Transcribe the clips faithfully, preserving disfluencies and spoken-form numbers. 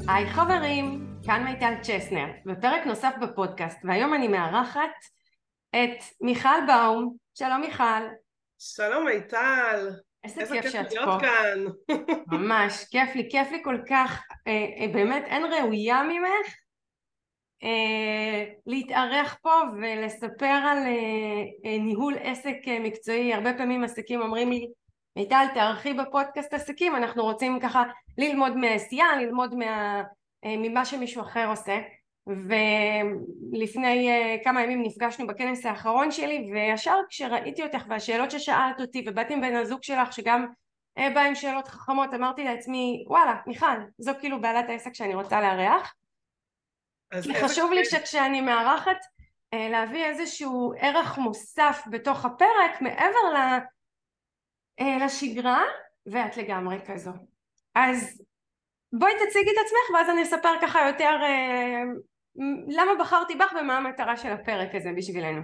היי חברים, כאן מיטל צ'סנר, בפרק נוסף בפודקאסט, והיום אני מארחת את מיכל באום. שלום מיכל. שלום מיטל, איזה איזה כיף כיף שאת להיות פה. כאן. ממש, כיף לי, כיף לי כל כך. אה, אה, באמת אין ראויה ממך אה, להתארח פה ולספר על אה, אה, ניהול עסק אה, מקצועי. הרבה פעמים עסקים אומרים לי, מיטל תארחי בפודקאסט עסקים, אנחנו רוצים ככה ללמוד מהעשייה, ללמוד מה, אה, ממה שמישהו אחר עושה. ולפני uh, כמה ימים נפגשנו בכנס האחרון שלי, וישר כשראיתי אותך והשאלות ששאלת אותי ובאתי עם בן הזוג שלך שגם uh, בא עם שאלות חכמות, אמרתי לעצמי וואלה מיכל, זו כאילו בעלת העסק שאני רוצה לארח. אז כי איזה חשוב לי כיף. שכשאני מארחת uh, להביא איזשהו ערך מוסף בתוך הפרק מעבר ל, uh, לשגרה, ואת לגמרי כזו. אז בואי תציגי את עצמך ואז אני אספר ככה יותר אה, למה בחרתי בך ומה המטרה של הפרק הזה בשבילנו.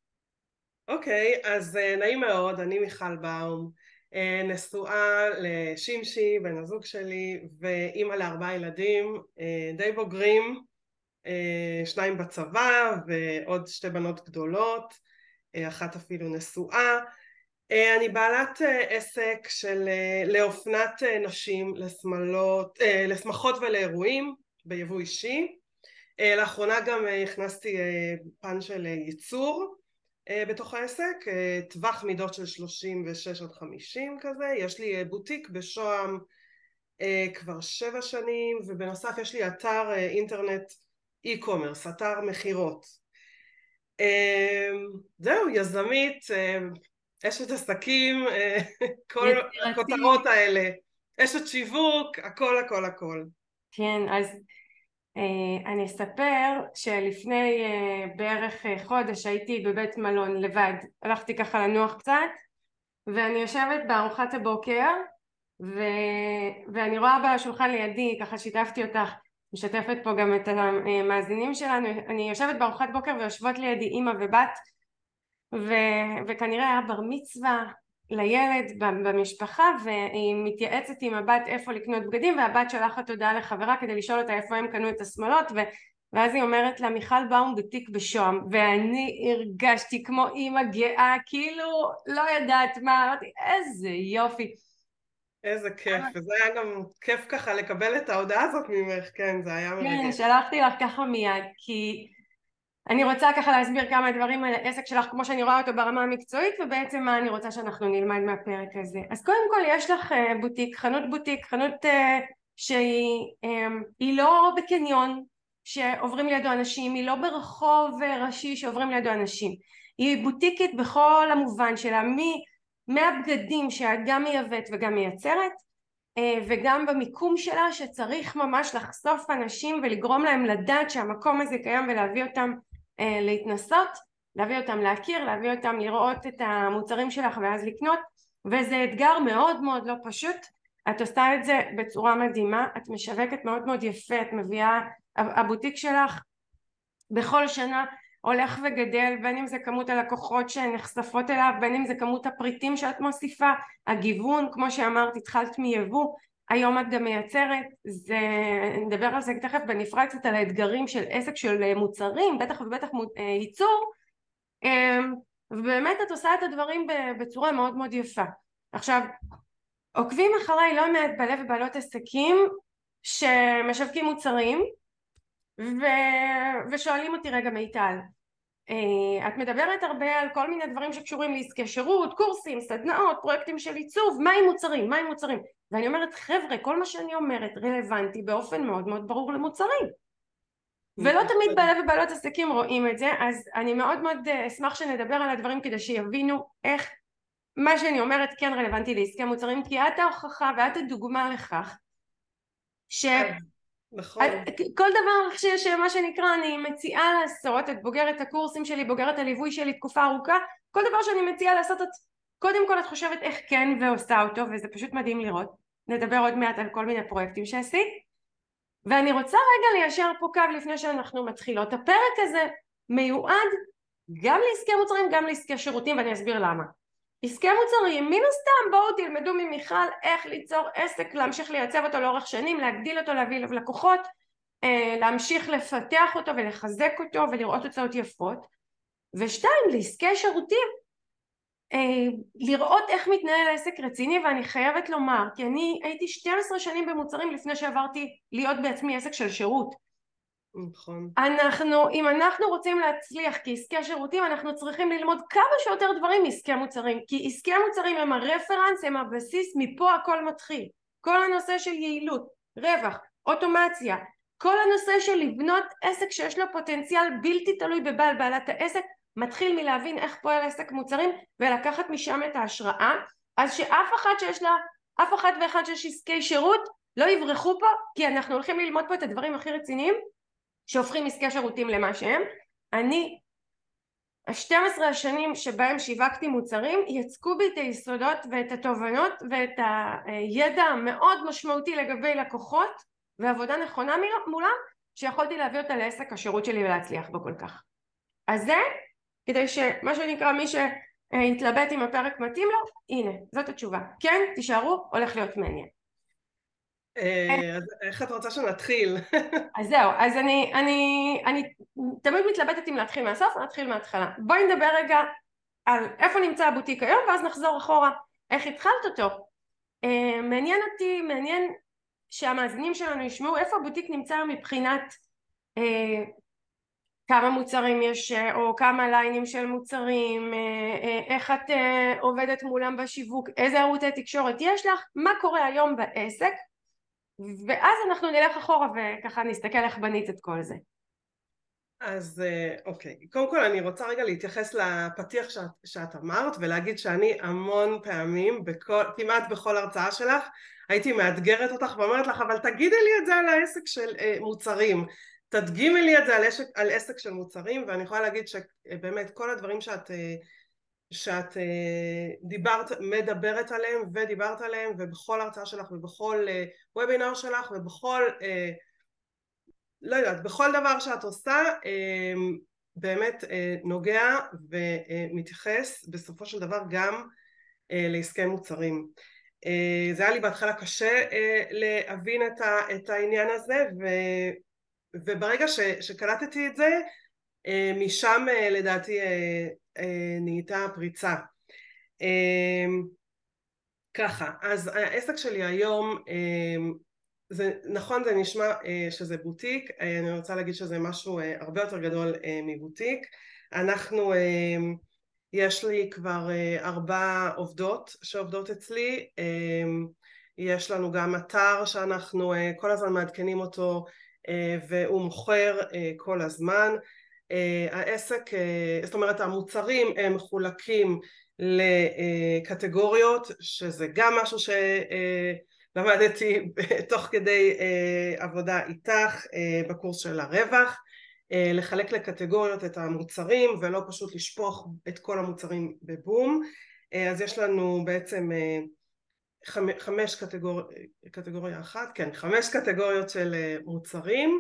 אוקיי, אז אה, נעים מאוד, אני מיכל באום, אה, נשואה לשמשי, בן הזוג שלי, ואימא לארבעה ילדים, אה, די בוגרים, אה, שניים בצבא ועוד שתי בנות גדולות, אה, אחת אפילו נשואה. אה, אני בעלת אה, עסק של אה, לאופנת אה, נשים, לשמלות, אה, לשמחות ולאירועים ביבוא אישי. אה, לאחרונה גם אה, הכנסתי אה, פן של אה, ייצור אה, בתוך העסק, אה, טווח מידות של שלושים ושש עד חמישים כזה. יש לי אה, בוטיק בשוהם אה, כבר שבע שנים, ובנוסף יש לי אתר אה, אינטרנט אי-קומרס, אתר מחירות. אה, זהו, יזמית, אה, אשת עסקים, אה, כל יצירתי. הכותרות האלה, אשת שיווק, הכל הכל הכל. כן, אז אה, אני אספר שלפני אה, בערך אה, חודש הייתי בבית מלון לבד, הלכתי ככה לנוח קצת ואני יושבת בארוחת הבוקר ו... ואני רואה בשולחן לידי, ככה שיתפתי אותך, משתפת פה גם את המאזינים שלנו, אני יושבת בארוחת בוקר ויושבות לידי אמא ובת ו... וכנראה היה בר מצווה לילד במשפחה, והיא מתייעצת עם הבת איפה לקנות בגדים, והבת שולחת הודעה לחברה כדי לשאול אותה איפה הם קנו את השמלות, ו... ואז היא אומרת לה מיכל באום בוטיק בשוהם, ואני הרגשתי כמו אמא גאה, כאילו לא יודעת מה, אמרתי איזה יופי. איזה כיף, וזה היה גם כיף ככה לקבל את ההודעה הזאת ממך, כן, זה היה כן, מרגש. שלחתי לך ככה מיד, כי אני רוצה ככה להסביר כמה דברים על העסק שלך כמו שאני רואה אותו ברמה המקצועית, ובעצם מה אני רוצה שאנחנו נלמד מהפרק הזה. אז קודם כל יש לך uh, בוטיק, חנות בוטיק, חנות uh, שהיא um, היא לא בקניון שעוברים לידו אנשים, היא לא ברחוב ראשי שעוברים לידו אנשים, היא בוטיקית בכל המובן שלה, מהבגדים שאת גם מייבאת וגם מייצרת, וגם במיקום שלה שצריך ממש לחשוף אנשים ולגרום להם לדעת שהמקום הזה קיים ולהביא אותם אה, להתנסות, להביא אותם להכיר, להביא אותם לראות את המוצרים שלך ואז לקנות, וזה אתגר מאוד מאוד לא פשוט. את עושה את זה בצורה מדהימה, את משווקת מאוד מאוד יפה, את מביאה, הבוטיק שלך בכל שנה הולך וגדל, בין אם זה כמות הלקוחות שנחשפות אליו, בין אם זה כמות הפריטים שאת מוסיפה, הגיוון, כמו שאמרת התחלת מיבוא, היום את גם מייצרת, זה, נדבר על זה תכף בנפרד קצת על האתגרים של עסק של מוצרים, בטח ובטח ייצור, ובאמת את עושה את הדברים בצורה מאוד מאוד יפה. עכשיו, עוקבים אחריי לא מעט בעלי ובעלות עסקים שמשווקים מוצרים, ו... ושואלים אותי רגע מיטל, את מדברת הרבה על כל מיני דברים שקשורים לעסקי שירות, קורסים, סדנאות, פרויקטים של עיצוב, מה עם מוצרים, מה עם מוצרים? ואני אומרת חבר'ה, כל מה שאני אומרת רלוונטי באופן מאוד מאוד ברור למוצרים, ולא תמיד בעלי ובעלות עסקים רואים את זה, אז אני מאוד מאוד אשמח שנדבר על הדברים כדי שיבינו איך מה שאני אומרת כן רלוונטי לעסקי מוצרים, כי את ההוכחה ואת הדוגמה לכך ש... נכון. כל דבר שיש מה שנקרא אני מציעה לעשות, את בוגרת הקורסים שלי, בוגרת הליווי שלי תקופה ארוכה, כל דבר שאני מציעה לעשות את קודם כל את חושבת איך כן ועושה אותו, וזה פשוט מדהים לראות. נדבר עוד מעט על כל מיני פרויקטים שעשית, ואני רוצה רגע ליישר פה קו לפני שאנחנו מתחילות. הפרק הזה מיועד גם לעסקי מוצרים גם לעסקי שירותים, ואני אסביר למה. עסקי מוצרים, מן הסתם בואו תלמדו ממיכל איך ליצור עסק, להמשיך לייצב אותו לאורך שנים, להגדיל אותו, להביא אליו לקוחות, להמשיך לפתח אותו ולחזק אותו ולראות תוצאות יפות. ושתיים, לעסקי שירותים, לראות איך מתנהל עסק רציני. ואני חייבת לומר, כי אני הייתי שתים עשרה שנים במוצרים לפני שעברתי להיות בעצמי עסק של שירות. נכון. אנחנו, אם אנחנו רוצים להצליח כעסקי שירותים, אנחנו צריכים ללמוד כמה שיותר דברים מעסקי מוצרים, כי עסקי מוצרים הם הרפרנס, הם הבסיס, מפה הכל מתחיל. כל הנושא של יעילות, רווח, אוטומציה, כל הנושא של לבנות עסק שיש לו פוטנציאל בלתי תלוי בבעל בעלת העסק, מתחיל מלהבין איך פועל עסק מוצרים ולקחת משם את ההשראה. אז שאף אחד שיש לה, אף אחד ואחד שיש עסקי שירות לא יברחו פה, כי אנחנו הולכים ללמוד פה את הדברים הכי רציניים שהופכים עסקי שירותים למה שהם. אני, ה-שתים עשרה השנים שבהם שיווקתי מוצרים יצקו בי את היסודות ואת התובנות ואת הידע המאוד משמעותי לגבי לקוחות ועבודה נכונה מולם, שיכולתי להביא אותה לעסק השירות שלי ולהצליח בו כל כך. אז זה כדי שמה שנקרא, מי שהתלבט אם הפרק מתאים לו, הנה זאת התשובה, כן, תישארו, הולך להיות מעניין. אז איך את רוצה שנתחיל? אז זהו, אז אני, אני, אני תמיד מתלבטת אם להתחיל מהסוף או להתחיל מההתחלה. בואי נדבר רגע על איפה נמצא הבוטיק היום ואז נחזור אחורה, איך התחלת אותו. מעניין אותי, מעניין שהמאזינים שלנו ישמעו איפה הבוטיק נמצא מבחינת כמה מוצרים יש או כמה ליינים של מוצרים, איך את עובדת מולם בשיווק, איזה ערוצי תקשורת יש לך, מה קורה היום בעסק, ואז אנחנו נלך אחורה וככה נסתכל איך בנית את כל זה. אז אוקיי, קודם כל אני רוצה רגע להתייחס לפתיח שאת, שאת אמרת ולהגיד שאני המון פעמים, בכל, כמעט בכל הרצאה שלך, הייתי מאתגרת אותך ואומרת לך, אבל תגידי לי את זה על העסק של אה, מוצרים, תדגימי לי את זה על עסק, על עסק של מוצרים, ואני יכולה להגיד שבאמת כל הדברים שאת, שאת דיברת, מדברת עליהם ודיברת עליהם, ובכל הרצאה שלך ובכל וובינר שלך ובכל לא יודעת, בכל דבר שאת עושה באמת נוגע ומתייחס בסופו של דבר גם לעסקי מוצרים. זה היה לי בהתחלה קשה להבין את העניין הזה, וברגע שקלטתי את זה, משם לדעתי נהייתה פריצה. ככה, אז העסק שלי היום, זה נכון, זה נשמע שזה בוטיק, אני רוצה להגיד שזה משהו הרבה יותר גדול מבוטיק. אנחנו, יש לי כבר ארבע עובדות שעובדות אצלי, יש לנו גם אתר שאנחנו כל הזמן מעדכנים אותו והוא מוכר כל הזמן. העסק, זאת אומרת המוצרים הם מחולקים לקטגוריות, שזה גם משהו ש... למדתי תוך כדי עבודה איתך בקורס של הרווח, לחלק לקטגוריות את המוצרים ולא פשוט לשפוך את כל המוצרים בבום. אז יש לנו בעצם חמש קטגוריות, קטגוריה אחת, כן, חמש קטגוריות של מוצרים.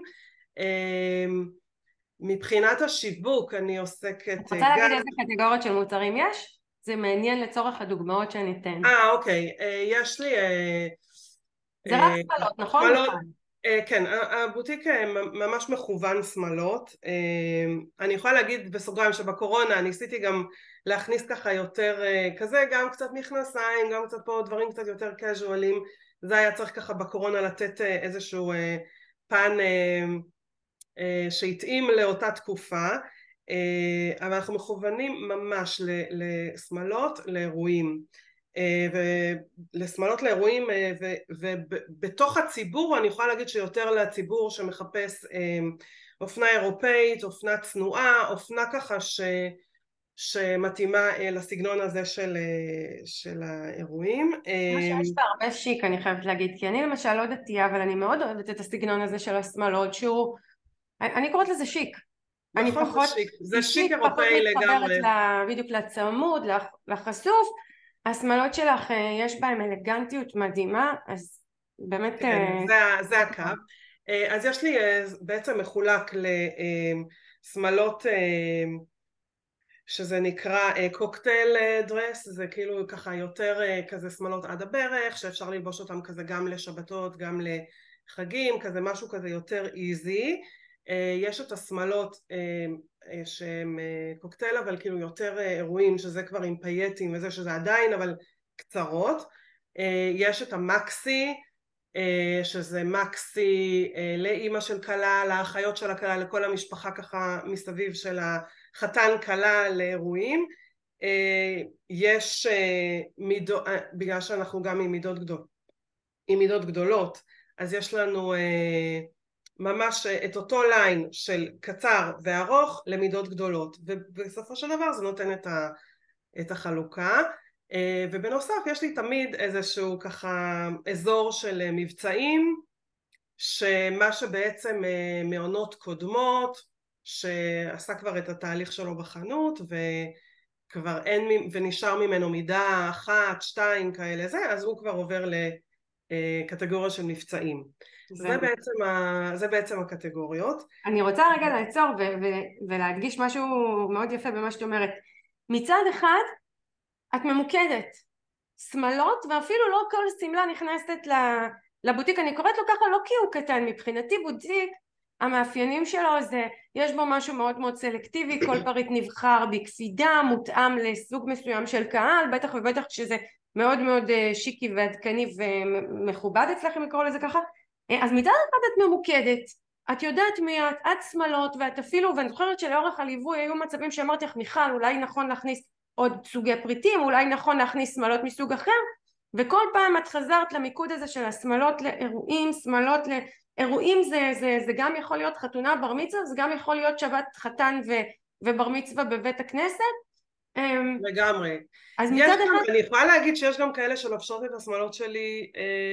מבחינת השיווק אני עוסקת... רוצה להגיד איזה קטגוריות של מוצרים יש? זה מעניין לצורך הדוגמאות שאני אתן. אה, אוקיי, יש לי... זה רק שמלות, נכון? כן, הבוטיק ממש מכוון שמלות. אני יכולה להגיד בסוגריים שבקורונה ניסיתי גם להכניס ככה יותר כזה, גם קצת מכנסיים, גם קצת פה דברים קצת יותר קזואליים. זה היה צריך ככה בקורונה לתת איזשהו פן שהתאים לאותה תקופה, אבל אנחנו מכוונים ממש לשמלות, לאירועים. ולשמלות לאירועים, ובתוך הציבור אני יכולה להגיד שיותר לציבור שמחפש אופנה אירופאית, אופנה צנועה, אופנה ככה ש... שמתאימה לסגנון הזה של, של האירועים. יש בה הרבה שיק, אני חייבת להגיד, כי אני למשל לא דתייה, אבל אני מאוד אוהבת את הסגנון הזה של השמלות, שהוא, אני קוראת לזה שיק. אני פחות, זה שיק אירופאי לגמרי. בדיוק לצמוד, לחשוף. השמלות שלך יש בהם אלגנטיות מדהימה, אז באמת... כן, זה, זה הקו. אז יש לי בעצם מחולק לשמלות שזה נקרא קוקטייל דרס, זה כאילו ככה יותר כזה שמלות עד הברך, שאפשר ללבוש אותם כזה גם לשבתות, גם לחגים, כזה משהו כזה יותר איזי. יש את השמלות שהם קוקטייל אבל כאילו יותר אירועים, שזה כבר עם פייטים וזה, שזה עדיין אבל קצרות. יש את המקסי, שזה מקסי לאימא של כלה, לאחיות של הכלה, לכל המשפחה ככה מסביב של החתן כלה לאירועים. יש מידות, בגלל שאנחנו גם עם מידות גדולות, עם מידות גדולות, אז יש לנו ממש את אותו ליין של קצר וארוך למידות גדולות, ובסופו של דבר זה נותן את, ה, את החלוקה. ובנוסף יש לי תמיד איזשהו ככה אזור של מבצעים, שמה שבעצם מעונות קודמות שעשה כבר את התהליך שלו בחנות וכבר אין ונשאר ממנו מידה אחת, שתיים כאלה זה, אז הוא כבר עובר לקטגוריה של מבצעים. זה, זה, בעצם, ה, זה בעצם הקטגוריות. אני רוצה רגע לעצור ו- ו- ולהדגיש משהו מאוד יפה במה שאת אומרת. מצד אחד את ממוקדת, שמלות, ואפילו לא כל סמלה נכנסת לבוטיק, אני קוראת לו ככה לא כי הוא קטן, מבחינתי בוטיק המאפיינים שלו זה, יש בו משהו מאוד מאוד סלקטיבי, כל פריט נבחר בקפידה, מותאם לסוג מסוים של קהל, בטח ובטח שזה מאוד מאוד שיקי ועדכני ומכובד אצלכם לקרוא לזה ככה. אז מצד אחד את ממוקדת, את יודעת מי את, את שמלות, ואת אפילו, ואני זוכרת שלאורך הליווי היו מצבים שאמרתי לך, מיכל, אולי נכון להכניס עוד סוגי פריטים, אולי נכון להכניס שמלות מסוג אחר, וכל פעם את חזרת למיקוד הזה של השמלות לאירועים, שמלות לאירועים, זה, זה, זה גם יכול להיות חתונה בר מצווה, זה גם יכול להיות שבת חתן ו, ובר מצווה בבית הכנסת. לגמרי. אז מצד גם, אחד... אני יכולה להגיד שיש גם כאלה שלובשות את השמלות שלי,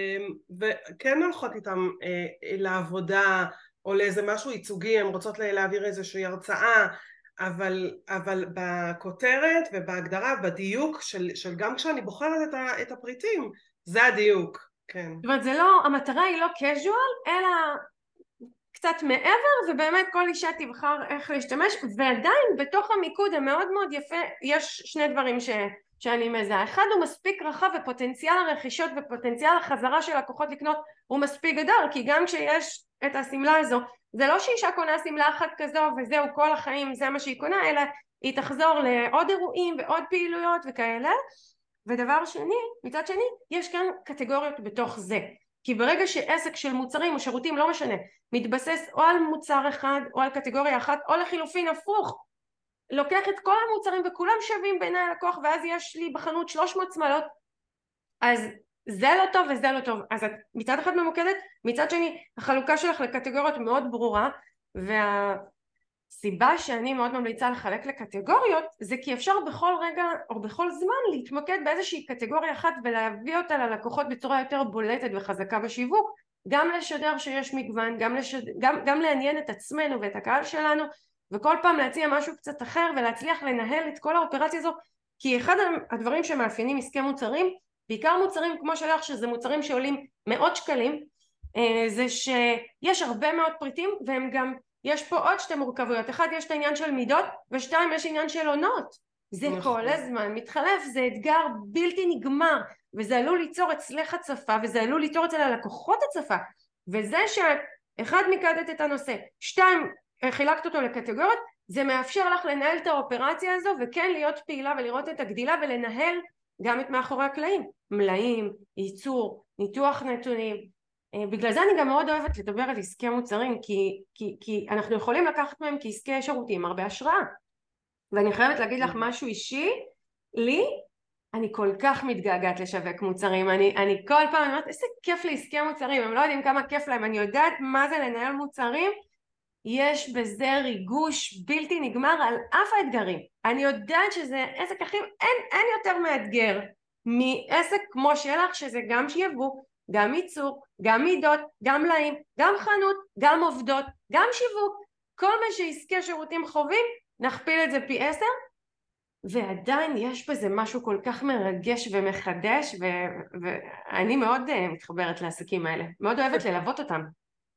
וכן הולכות איתם לעבודה, או לאיזה משהו ייצוגי, הן רוצות להעביר איזושהי הרצאה, אבל, אבל בכותרת ובהגדרה, בדיוק של, של גם כשאני בוחרת את, ה, את הפריטים, זה הדיוק, כן. זאת אומרת, זה לא, המטרה היא לא casual, אלא קצת מעבר, ובאמת כל אישה תבחר איך להשתמש, ועדיין בתוך המיקוד המאוד מאוד יפה, יש שני דברים ש, שאני מזהה. אחד, הוא מספיק רחב, ופוטנציאל הרכישות ופוטנציאל החזרה של לקוחות לקנות הוא מספיק גדול, כי גם כשיש את הסמלה הזו, זה לא שאישה קונה סמלה אחת כזו וזהו כל החיים זה מה שהיא קונה, אלא היא תחזור לעוד אירועים ועוד פעילויות וכאלה. ודבר שני, מצד שני, יש כאן קטגוריות בתוך זה, כי ברגע שעסק של מוצרים או שירותים, לא משנה, מתבסס או על מוצר אחד או על קטגוריה אחת, או לחילופין הפוך, לוקח את כל המוצרים וכולם שווים בעיני הלקוח, ואז יש לי בחנות שלוש מאות שמלות, אז זה לא טוב וזה לא טוב. אז את מצד אחד ממוקדת, מצד שני החלוקה שלך לקטגוריות מאוד ברורה, והסיבה שאני מאוד ממליצה לחלק לקטגוריות זה כי אפשר בכל רגע או בכל זמן להתמקד באיזושהי קטגוריה אחת ולהביא אותה ללקוחות בצורה יותר בולטת וחזקה בשיווק, גם לשדר שיש מגוון, גם, לשד... גם, גם לעניין את עצמנו ואת הקהל שלנו, וכל פעם להציע משהו קצת אחר ולהצליח לנהל את כל האופרציה הזו. כי אחד הדברים שמאפיינים עסקי מוצרים, בעיקר מוצרים כמו שלך שזה מוצרים שעולים מאות שקלים, זה שיש הרבה מאוד פריטים, והם גם, יש פה עוד שתי מורכבויות. אחד, יש את העניין של מידות, ושתיים, יש עניין של עונות. זה כל הזמן מתחלף, זה אתגר בלתי נגמר, וזה עלול ליצור אצלך הצפה, וזה עלול ליצור אצל הלקוחות הצפה. וזה שאחד מקדת את הנושא, שתיים חילקת אותו לקטגוריות, זה מאפשר לך לנהל את האופרציה הזו, וכן להיות פעילה ולראות את הגדילה, ולנהל גם את מאחורי הקלעים, מלאים, ייצור, ניתוח נתונים. בגלל זה אני גם מאוד אוהבת לדבר על עסקי מוצרים, כי, כי, כי אנחנו יכולים לקחת מהם כעסקי שירותים הרבה השראה. ואני חייבת להגיד לך משהו אישי, לי, אני כל כך מתגעגעת לשווק מוצרים, אני, אני כל פעם אומרת, איזה כיף לעסקי מוצרים, הם לא יודעים כמה כיף להם, אני יודעת מה זה לנהל מוצרים, יש בזה ריגוש בלתי נגמר על אף האתגרים. אני יודעת שזה עסק הכי, אין, אין יותר מאתגר מעסק כמו שלך, שזה גם שיווק, גם ייצור, גם מידות, גם מלאים, גם חנות, גם עובדות, גם שיווק, כל מה שעסקי שירותים חווים, נכפיל את זה פי עשר, ועדיין יש בזה משהו כל כך מרגש ומחדש, ו- ואני מאוד uh, מתחברת לעסקים האלה, מאוד אוהבת ללוות אותם.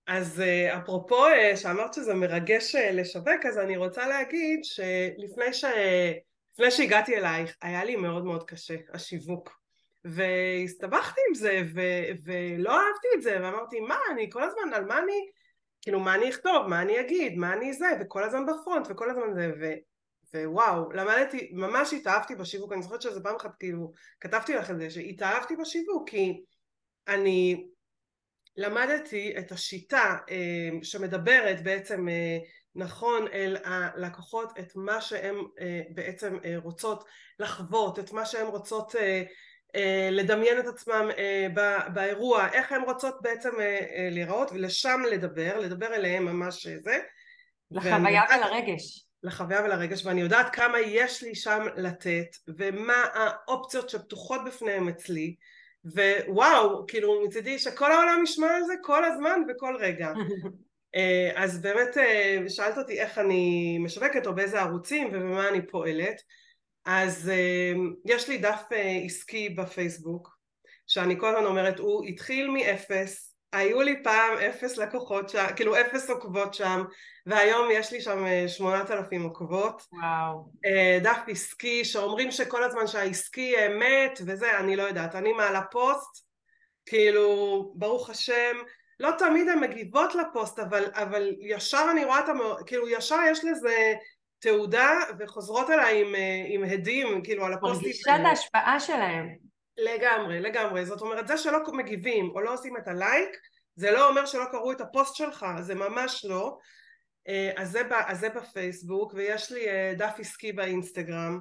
אז אפרופו שאמרת שזה מרגש לשווק, אז אני רוצה להגיד שלפני ש... לפני שהגעתי אלייך היה לי מאוד מאוד קשה השיווק, והסתבכתי עם זה ו... ולא אהבתי את זה, ואמרתי מה אני כל הזמן על מה אני כאילו מה אני אכתוב, מה אני אגיד, מה אני זה, וכל הזמן בפרונט וכל הזמן זה, ו... ווואו, למדתי, ממש התאהבתי בשיווק. אני זוכרת שזה פעם אחת כאילו כתבתי לך את זה שהתאהבתי בשיווק, כי אני למדתי את השיטה שמדברת בעצם נכון אל הלקוחות, את מה שהם בעצם רוצות לחוות, את מה שהם רוצות לדמיין את עצמם באירוע, איך הם רוצות בעצם להיראות, ולשם לדבר, לדבר אליהם ממש זה. לחוויה ולרגש. לחוויה ולרגש, ואני יודעת כמה יש לי שם לתת, ומה האופציות שפתוחות בפניהם אצלי, ווואו, כאילו מצידי שכל העולם ישמע על זה כל הזמן וכל רגע. אז באמת שאלת אותי איך אני משווקת או באיזה ערוצים ובמה אני פועלת. אז יש לי דף עסקי בפייסבוק שאני כל הזמן אומרת הוא התחיל מאפס, היו לי פעם אפס לקוחות שם, כאילו אפס עוקבות שם, והיום יש לי שם שמונת אלפים עוקבות. וואו. דף עסקי שאומרים שכל הזמן שהעסקי מת וזה, אני לא יודעת, אני מעלה פוסט, כאילו ברוך השם, לא תמיד הן מגיבות לפוסט, אבל, אבל ישר אני רואה את המ... כאילו ישר יש לזה תעודה וחוזרות אליי עם, עם הדים, כאילו על הפוסטים. מרגישה את ההשפעה שלהם. לגמרי, לגמרי. זאת אומרת, זה שלא מגיבים או לא עושים את הלייק, זה לא אומר שלא קראו את הפוסט שלך, זה ממש לא. אז זה, אז זה בפייסבוק, ויש לי דף עסקי באינסטגרם,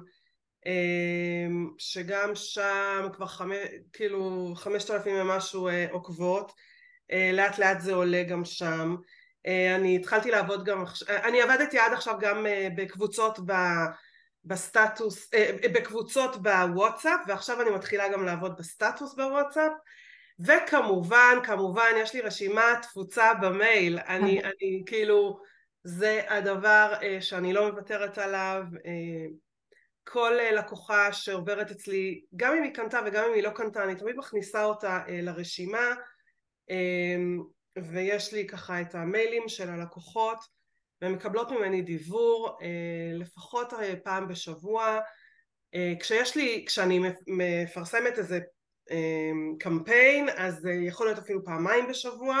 שגם שם כבר חמש, כאילו חמשת אלפים ומשהו עוקבות, לאט לאט זה עולה גם שם. אני התחלתי לעבוד גם, אני עבדתי עד עכשיו גם בקבוצות ב... בסטטוס, בקבוצות בוואטסאפ, ועכשיו אני מתחילה גם לעבוד בסטטוס בוואטסאפ, וכמובן, כמובן יש לי רשימה תפוצה במייל. אני, אני כאילו, זה הדבר שאני לא מוותרת עליו. כל לקוחה שעוברת אצלי, גם אם היא קנתה וגם אם היא לא קנתה, אני תמיד מכניסה אותה לרשימה, ויש לי ככה את המיילים של הלקוחות, והן מקבלות ממני דיוור לפחות פעם בשבוע. כשיש לי, כשאני מפרסמת איזה קמפיין, אז יכול להיות אפילו פעמיים בשבוע.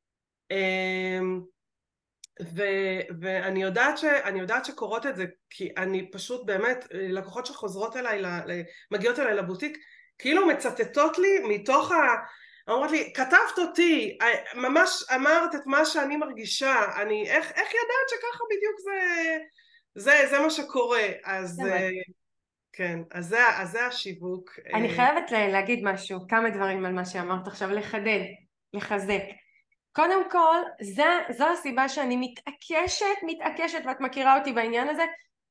ו, ואני יודעת ש, אני יודעת שקורות את זה, כי אני פשוט באמת, לקוחות שחוזרות אליי, מגיעות אליי לבוטיק, כאילו מצטטות לי מתוך ה... אמרת לי, כתבת אותי, ממש אמרת את מה שאני מרגישה, אני, איך, איך ידעת שככה בדיוק זה, זה, זה מה שקורה. אז כן, אז זה, אז זה השיווק. אני חייבת להגיד משהו, כמה דברים על מה שאמרת עכשיו, לחדד, לחזק. קודם כל, זה, זו הסיבה שאני מתעקשת, מתעקשת, ואת מכירה אותי בעניין הזה,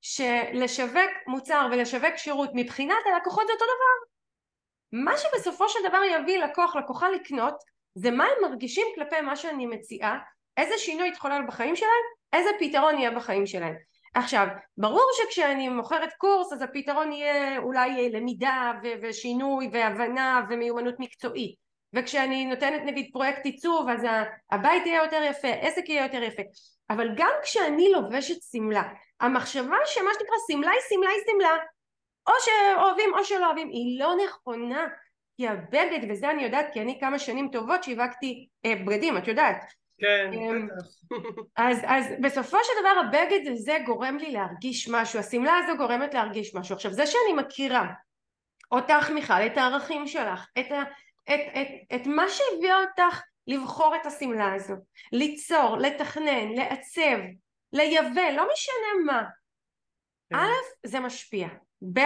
שלשווק מוצר ולשווק שירות מבחינת הלקוחות זה אותו דבר. מה שבסופו של דבר יביא לקוח, לקוחה לקנות, זה מה הם מרגישים כלפי מה שאני מציעה, איזה שינוי יתחולל בחיים שלהם, איזה פתרון יהיה בחיים שלהם. עכשיו, ברור שכשאני מוכרת קורס, אז הפתרון יהיה אולי למידה ו- ושינוי והבנה ומיומנות מקצועית. וכשאני נותנת נגיד פרויקט עיצוב, אז הבית יהיה יותר יפה, עסק יהיה יותר יפה. אבל גם כשאני לובשת סמלה, המחשבה שמה שנקרא סמלה היא סמלה היא סמלה, או שאוהבים או שלא אוהבים, היא לא נכונה. כי הבגד, וזה אני יודעת, כי אני כמה שנים טובות שיווקתי אה, בגדים, את יודעת. כן, בטח. אז, אז בסופו של דבר הבגד הזה גורם לי להרגיש משהו, הסמלה הזו גורמת להרגיש משהו. עכשיו זה שאני מכירה אותך מיכל, את הערכים שלך, את, ה, את, את, את מה שהביא אותך לבחור את הסמלה הזו, ליצור, לתכנן, לעצב, לייבא, לא משנה מה. כן. א', זה משפיע. ב',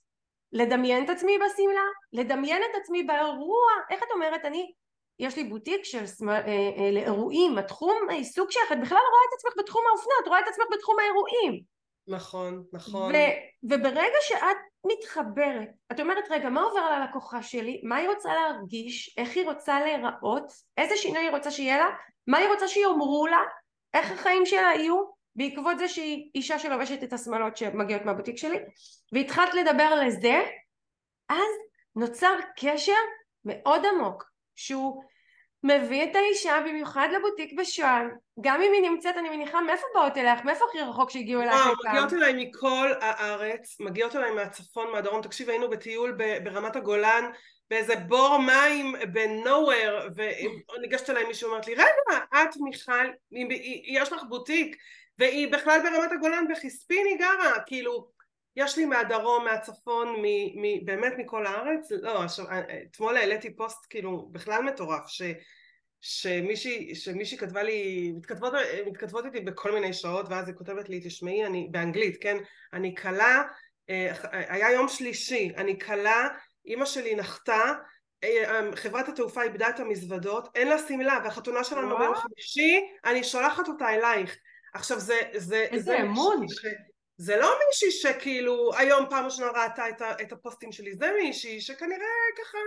לדמיין את עצמי בסמלה, לדמיין את עצמי באירוע. איך את אומרת, אני, יש לי בוטיק של לאירועים, התחום העיסוק שלך, את בכלל לא רואה את עצמך בתחום האופנה, את רואה את עצמך בתחום האירועים. נכון, נכון. ו- וברגע שאת מתחברת, את אומרת, רגע, מה עובר על הלקוחה שלי? מה היא רוצה להרגיש? איך היא רוצה להיראות? איזה שינוי היא רוצה שיהיה לה? מה היא רוצה שיאמרו לה? איך החיים שלה יהיו? בעקבות זה שהיא אישה שלובשת את השמלות שמגיעות מהבוטיק שלי, והתחלת לדבר לזה, אז נוצר קשר מאוד עמוק, שהוא מביא את האישה במיוחד לבוטיק בשואן, גם אם היא נמצאת, אני מניחה, מאיפה באות אלייך? מאיפה הכי רחוק שהגיעו אלייך וואו, אי מגיעות פעם? אליי מכל הארץ, מגיעות אליי מהצפון, מהדרום. תקשיב, היינו בטיול ב- ברמת הגולן, באיזה בור מים ב-nowhere, וניגשת אליי מישהו, אומרת לי, רגע, את מיכל, היא- היא- יש לך בוטיק, והיא בכלל ברמת הגולן, בחיספין היא גרה, כאילו, יש לי מהדרום, מהצפון, מ- מ- באמת מכל הארץ. לא, עכשיו, אתמול העליתי פוסט כאילו בכלל מטורף, ש... שמישהי, שמישהי כתבה לי, מתכתבות, מתכתבות איתי בכל מיני שעות, ואז היא כותבת לי, תשמעי, אני, באנגלית, כן, אני קלה, היה יום שלישי, אני קלה, אמא שלי נחתה, חברת התעופה איבדה את המזוודות, אין לה סמלה, והחתונה שלנו ביום וואו, חמישי, אני שולחת אותה אלייך. עכשיו זה, זה, זה איזה מישהי אמון. ש... זה לא מישהי שכאילו היום פעם ראשונה ראתה את, ה, את הפוסטים שלי, זה מישהי שכנראה ככה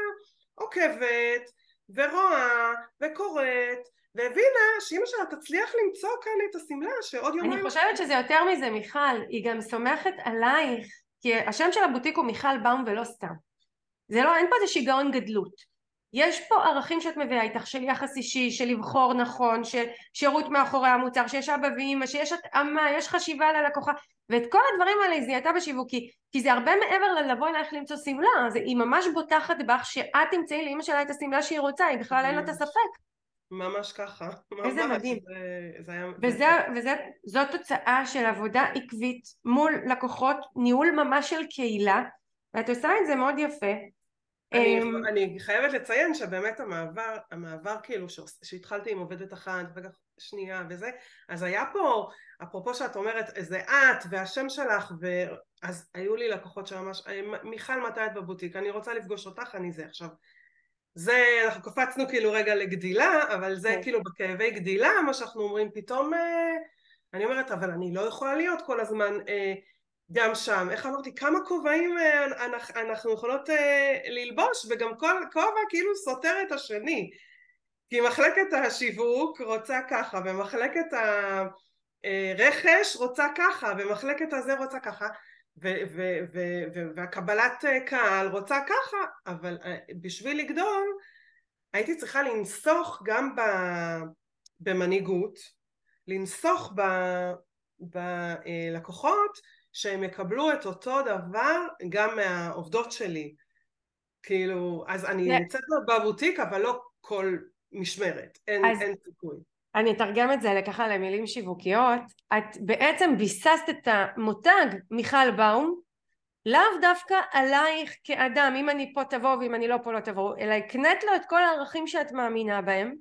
עוקבת ורואה וקוראת והבינה שאמא שלה תצליח למצוא כאן את הסמלה שעוד אני יומיים חושבת שזה יותר מזה, מיכל, היא גם סומכת עלייך, כי השם של הבוטיק הוא מיכל באום ולא סתם. זה לא, אין פה איזה שיגעון גדלות. יש פה ערכים שאת מביאה איתך, של יחס אישי, של לבחור נכון, של שירות מאחורי המוצר, שיש אבא ואמא, שיש התאמה, יש חשיבה ללקוחה, ואת כל הדברים האלה היא זיהתה בשיווקי, כי זה הרבה מעבר ללבוא אלייך למצוא סמלה, זה, היא ממש בוטחת בך שאת תמצאי לאמא שלה את הסמלה שהיא רוצה, היא בכלל אין לה את ממש, הספק. ממש ככה, איזה ממש, מדהים. זה, זה היה, זה, וזה, וזה, זאת תוצאה של עבודה עקבית מול לקוחות, ניהול ממש של קהילה, ואת עושה את זה מאוד יפה. אני, אמ, אני חייבת לציין שבאמת המעבר, המעבר כאילו שהתחלתי עם עובדת אחת וכך שנייה וזה, אז היה פה, אפרופו שאת אומרת, זה את והשם שלך, ואז היו לי לקוחות שממש, מיכל מתי את בבוטיק, אני רוצה לפגוש אותך, אני זה עכשיו. זה, אנחנו קפצנו כאילו רגע לגדילה, אבל זה כן. כאילו בכאבי גדילה, מה שאנחנו אומרים פתאום, אה, אני אומרת, אבל אני לא יכולה להיות כל הזמן אה, גם שם. איך אמרתי, כמה כובעים אה, אנחנו, אנחנו יכולות אה, ללבוש, וגם כל כובע כאילו סותר את השני. כי מחלקת השיווק רוצה ככה, ומחלקת הרכש רוצה ככה, ומחלקת הזה רוצה ככה, ו- ו- ו- ו- והקבלת קהל רוצה ככה, אבל אה, בשביל לגדול, הייתי צריכה לנסוך גם במנהיגות, לנסוך בלקוחות שהם יקבלו את אותו דבר גם מהעובדות שלי. כאילו, אז אני זה- נמצאת בבוטיק, אבל לא כל משמרת, אין, אז אין סיכוי. אני אתרגם את זה לככה למילים שיווקיות. את בעצם ביססת את המותג מיכל באום לאו דווקא עלייך כאדם, אם אני פה תבוא ואם אני לא פה לא תבוא, אלא הקנית לו את כל הערכים שאת מאמינה בהם,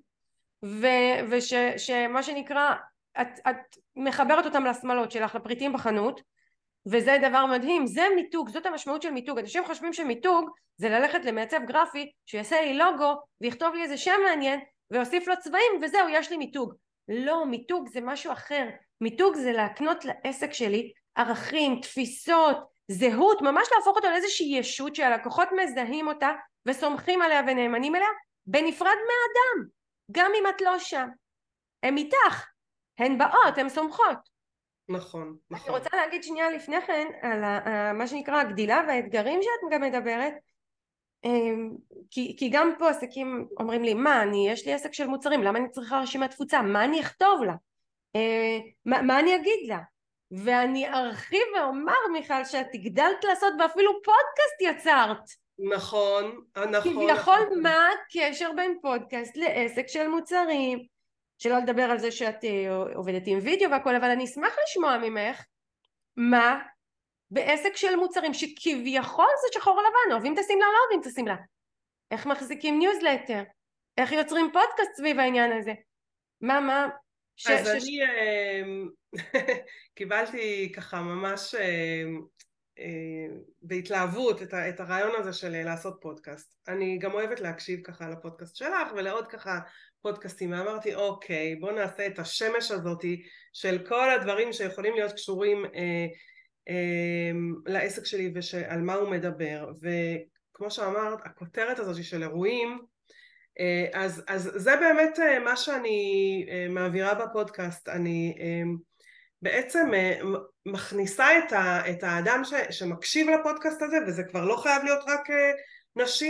ושמה שנקרא את, את מחברת אותם לשמלות שלך, לפריטים בחנות, וזה דבר מדהים. זה מיתוג, זאת המשמעות של מיתוג. אנשים חושבים שמיתוג זה ללכת למעצב גרפי שיעשה לי לוגו ויכתוב לי איזה שם מעניין ויוסיף לו צבעים וזהו, יש לי מיתוג. לא, מיתוג זה משהו אחר. מיתוג זה להקנות לעסק שלי ערכים, תפיסות, זהות, ממש להפוך אותו לאיזושהי ישות שהלקוחות מזהים אותה וסומכים עליה ונאמנים אליה, בנפרד מהאדם. גם אם את לא שם, הן איתך, הן באות, הן סומכות. נכון, אני נכון. רוצה להגיד שנייה לפני כן על ה, מה שנקרא הגדילה והאתגרים שאת גם מדברת, אמ, כי, כי גם פה עסקים אומרים לי, מה, אני, יש לי עסק של מוצרים, למה אני צריכה רשימת תפוצה, מה אני אכתוב לה, אה, מה, מה אני אגיד לה, ואני ארחיב ואומר מיכל שאת הגדלת לעשות ואפילו פודקאסט יצרת. נכון, נכון, כביכול נכון. מה הקשר בין פודקאסט לעסק של מוצרים, שלא לדבר על זה שאת אה, עובדת עם וידאו והכל, אבל אני אשמח לשמוע ממך מה בעסק של מוצרים שכביכול זה שחור לבן, אוהבים את השמלה לא אוהבים את השמלה, איך מחזיקים ניוזלטר, איך יוצרים פודקאסט סביב העניין הזה, מה מה ש, אז ש, ש... אני אמ, קיבלתי ככה ממש אמ, אה, בהתלהבות את, ה, את הרעיון הזה של אה, לעשות פודקאסט. אני גם אוהבת להקשיב ככה לפודקאסט שלך ולעוד ככה פודקאסטים, ואמרתי אוקיי, בוא נעשה את השמש הזאת של כל הדברים שיכולים להיות קשורים אה, אה, לעסק שלי ועל מה הוא מדבר, וכמו שאמרת, הכותרת הזאת של אירועים, אז, אז זה באמת מה שאני מעבירה בפודקאסט. אני בעצם מכניסה את, ה, את האדם ש, שמקשיב לפודקאסט הזה, וזה כבר לא חייב להיות רק נשים,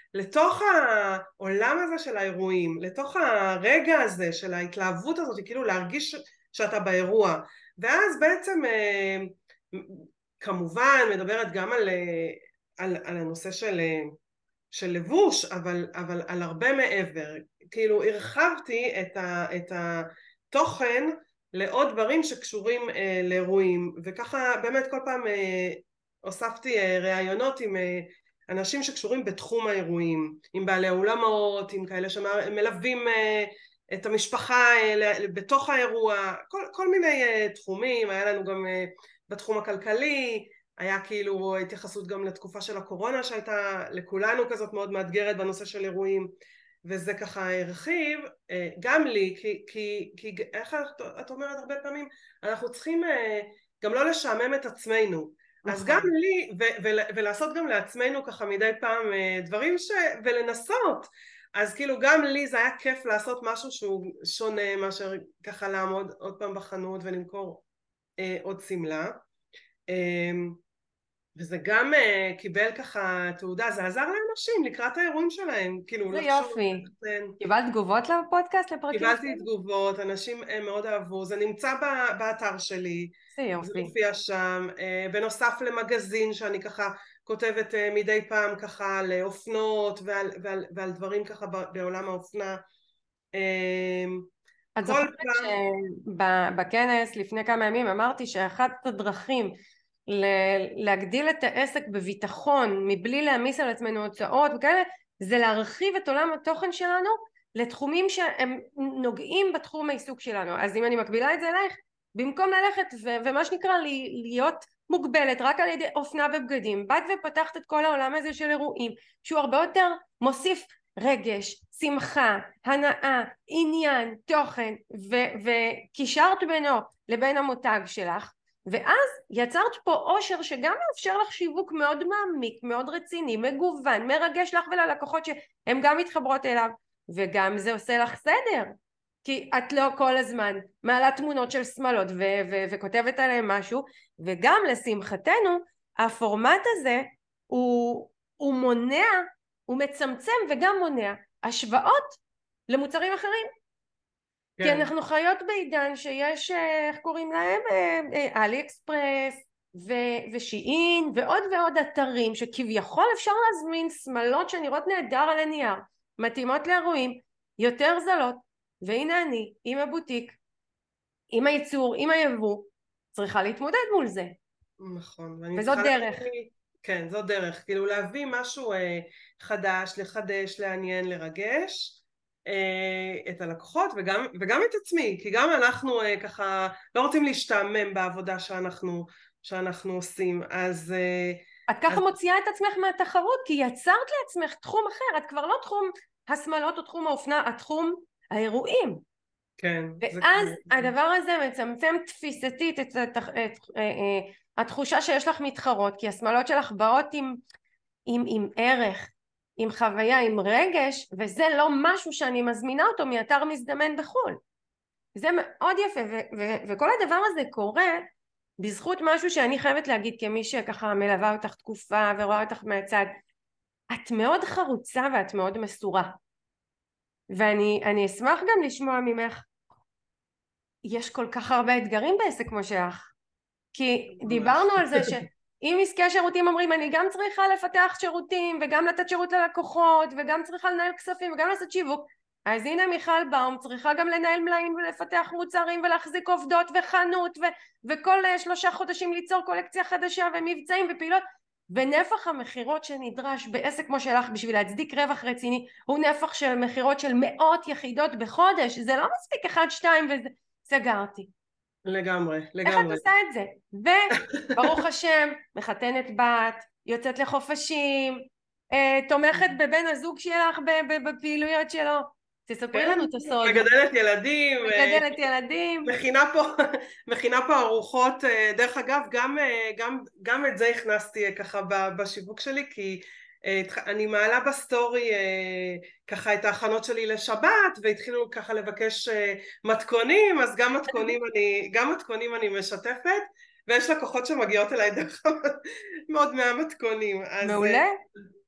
לתוך העולם הזה של האירועים, לתוך הרגע הזה של ההתלהבות הזאת, כאילו להרגיש שאתה באירוע, ואז בעצם כמובן מדברת גם על, על, על הנושא של, של לבוש, אבל, אבל על הרבה מעבר, כאילו הרחבתי את, ה, את התוכן לעוד דברים שקשורים אה, לאירועים, וככה באמת כל פעם אה, הוספתי אה, ראיונות עם אה, אנשים שקשורים בתחום האירועים, עם בעלי אולמות, עם כאלה שמלווים אה, את המשפחה אה, בתוך האירוע, כל, כל מיני אה, תחומים, היה לנו גם אה, בתחום הכלכלי, היה כאילו התייחסות גם לתקופה של הקורונה שהייתה לכולנו כזאת מאוד מאתגרת בנושא של אירועים, וזה ככה הרחיב גם לי, כי, כי, כי איך את, את אומרת הרבה פעמים, אנחנו צריכים גם לא לשעמם את עצמנו, נכון. אז גם לי, ו, ו, ולעשות גם לעצמנו ככה מדי פעם דברים ש... ולנסות, אז כאילו גם לי זה היה כיף לעשות משהו שהוא שונה מאשר ככה לעמוד עוד פעם בחנות ולמכור אה, עוד סמלה, אה, וזה גם uh, קיבל ככה תעודה, זה עזר לאנשים לקראת האירועים שלהם, כאילו זה יופי. קיבלת תגובות לפודקאסט, לפרקים? קיבלתי תגובות, אנשים uh, מאוד אהבו, זה נמצא ב- באתר שלי, זה יופי. זה מופיע שם, uh, בנוסף למגזין שאני ככה כותבת uh, מדי פעם ככה על אופנות ועל, ועל, ועל דברים ככה בעולם האופנה. את זוכרת שבכנס לפני כמה ימים אמרתי שאחת הדרכים להגדיל את העסק בביטחון מבלי להמיס על עצמנו הוצאות וכאלה, זה להרחיב את עולם התוכן שלנו לתחומים שהם נוגעים בתחום העיסוק שלנו. אז אם אני מקבילה את זה אלייך, במקום ללכת ו- ומה שנקרא להיות מוגבלת רק על ידי אופנה ובגדים, באת ופתחת את כל העולם הזה של אירועים שהוא הרבה יותר מוסיף רגש, שמחה, הנאה, עניין, תוכן, ו- וקישרת בינו לבין המותג שלך, ואז יצרת פה עושר שגם מאפשר לך שיווק מאוד מעמיק, מאוד רציני, מגוון, מרגש לך וללקוחות שהן גם מתחברות אליו, וגם זה עושה לך סדר, כי את לא כל הזמן מעלה תמונות של שמלות ו- ו- וכותבת עליהם משהו, וגם לשמחתנו הפורמט הזה הוא, הוא מונע, הוא מצמצם וגם מונע השוואות למוצרים אחרים. כן. כי אנחנו חיות בעידן שיש, איך קוראים להם, אלי אקספרס ו- ושיעין ועוד ועוד אתרים שכביכול אפשר להזמין שמלות שנראות נהדר על הנייר, מתאימות לאירועים, יותר זלות, והנה אני עם הבוטיק, עם הייצור, עם היבוא, צריכה להתמודד מול זה. נכון. וזאת דרך. להביא, כן, זאת דרך, כאילו להביא משהו אה, חדש, לחדש, לעניין, לרגש, את הלקוחות וגם, וגם את עצמי, כי גם אנחנו ככה לא רוצים להשתעמם בעבודה שאנחנו, שאנחנו עושים, אז... את ככה אז... מוציאה את עצמך מהתחרות, כי יצרת לעצמך תחום אחר, את כבר לא תחום השמלות או תחום האופנה, התחום האירועים. כן. ואז זה... הדבר הזה מצמצם תפיסתית את, את, את, את התחושה שיש לך מתחרות, כי השמלות שלך באות עם, עם, עם ערך, עם חוויה, עם רגש, וזה לא משהו שאני מזמינה אותו מאתר מזדמן בחול. זה מאוד יפה, ו- ו- וכל הדבר הזה קורה בזכות משהו שאני חייבת להגיד כמי שככה מלווה אותך תקופה ורואה אותך מהצד. את מאוד חרוצה ואת מאוד מסורה. ואני אני אשמח גם לשמוע ממך, יש כל כך הרבה אתגרים בעסק כמו שלך. כי דיברנו על זה ש... אם עסקי שירותים אומרים אני גם צריכה לפתח שירותים וגם לתת שירות ללקוחות וגם צריכה לנהל כספים וגם לעשות שיווק, אז הנה מיכל באום צריכה גם לנהל מלאים ולפתח מוצרים ולהחזיק עובדות וחנות ו- וכל שלושה חודשים ליצור קולקציה חדשה ומבצעים ופעילות, ונפח המחירות שנדרש בעסק כמו שלך בשביל להצדיק רווח רציני הוא נפח של מחירות של מאות יחידות בחודש, זה לא מספיק אחד שתיים וסגרתי. לגמרי, לגמרי. איך את עושה את זה? וברוך השם, מחתנת בת, יוצאת לחופשים, תומכת בבן הזוג שלך בפעילויות שלו. תספרי לנו את הסוד. מגדלת ילדים. מגדלת ילדים. מכינה פה, מכינה פה ארוחות, דרך אגב, גם, גם, גם את זה הכנסתי ככה בשיווק שלי, כי אני מעלה בסטורי ככה את ההכנות שלי לשבת, והתחילו ככה לבקש מתכונים, אז גם מתכונים אני, גם מתכונים אני משתפת, ויש לקוחות שמגיעות אליי דרך מאוד מהמתכונים. מעולה.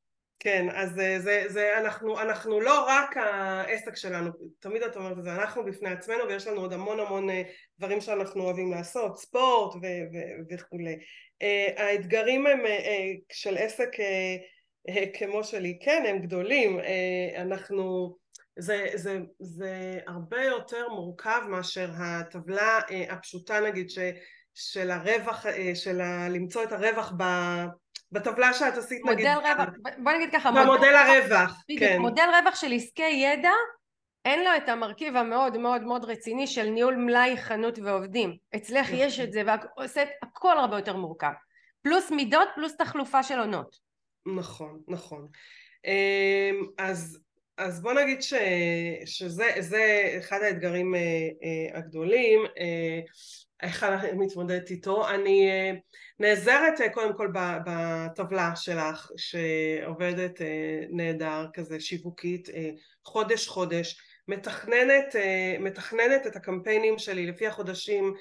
כן, אז זה, זה, אנחנו, אנחנו לא רק העסק שלנו, תמיד את אומרת את זה, אנחנו בפני עצמנו ויש לנו עוד המון המון דברים שאנחנו אוהבים לעשות, ספורט וכולי. האתגרים הם של עסק כמו שלי, כן, הם גדולים, אנחנו, זה, זה, זה הרבה יותר מורכב מאשר הטבלה הפשוטה נגיד ש, של הרווח, של למצוא את הרווח ב... בטבלה שאת עשית נגיד, מודל רווח, בוא נגיד ככה, מודל במודל רווח, הרווח, בדיוק, כן. מודל רווח של עסקי ידע, אין לו את המרכיב המאוד מאוד מאוד רציני של ניהול מלאי חנות ועובדים. אצלך נכון. יש את זה ועושה הכל הרבה יותר מורכב. פלוס מידות, פלוס תחלופה של עונות. נכון, נכון. אז, אז בוא נגיד ש, שזה זה אחד האתגרים הגדולים. איך אני מתמודדת איתו? אני נעזרת קודם כל בטבלה שלך שעובדת נהדר כזה שיווקית חודש חודש, מתכננת, מתכננת את הקמפיינים שלי לפי החודשים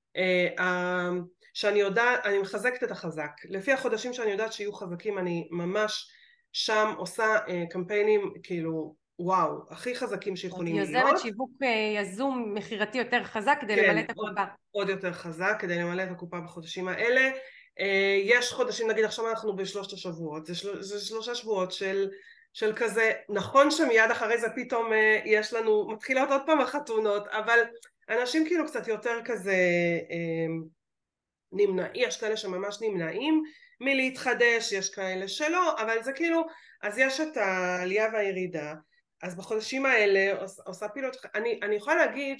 שאני יודעת, אני מחזקת את החזק, לפי החודשים שאני יודעת שיהיו חזקים אני ממש שם עושה קמפיינים כאילו וואו, הכי חזקים שיכולים להיות. יוזמת שיווק יזום מחירתי יותר חזק כדי כן, למלא את הקופה. עוד, עוד יותר חזק כדי למלא את הקופה בחודשים האלה. יש חודשים, נגיד עכשיו אנחנו בשלושת השבועות, זה, של, זה שלושה שבועות של, של כזה, נכון שמיד אחרי זה פתאום יש לנו, מתחילות עוד פעם החתונות, אבל אנשים כאילו קצת יותר כזה נמנעים, יש כאלה שממש נמנעים מלהתחדש, יש כאלה שלא, אבל זה כאילו, אז יש את העלייה והירידה. אז בחודשים האלה עושה פעילות, אני, אני יכולה להגיד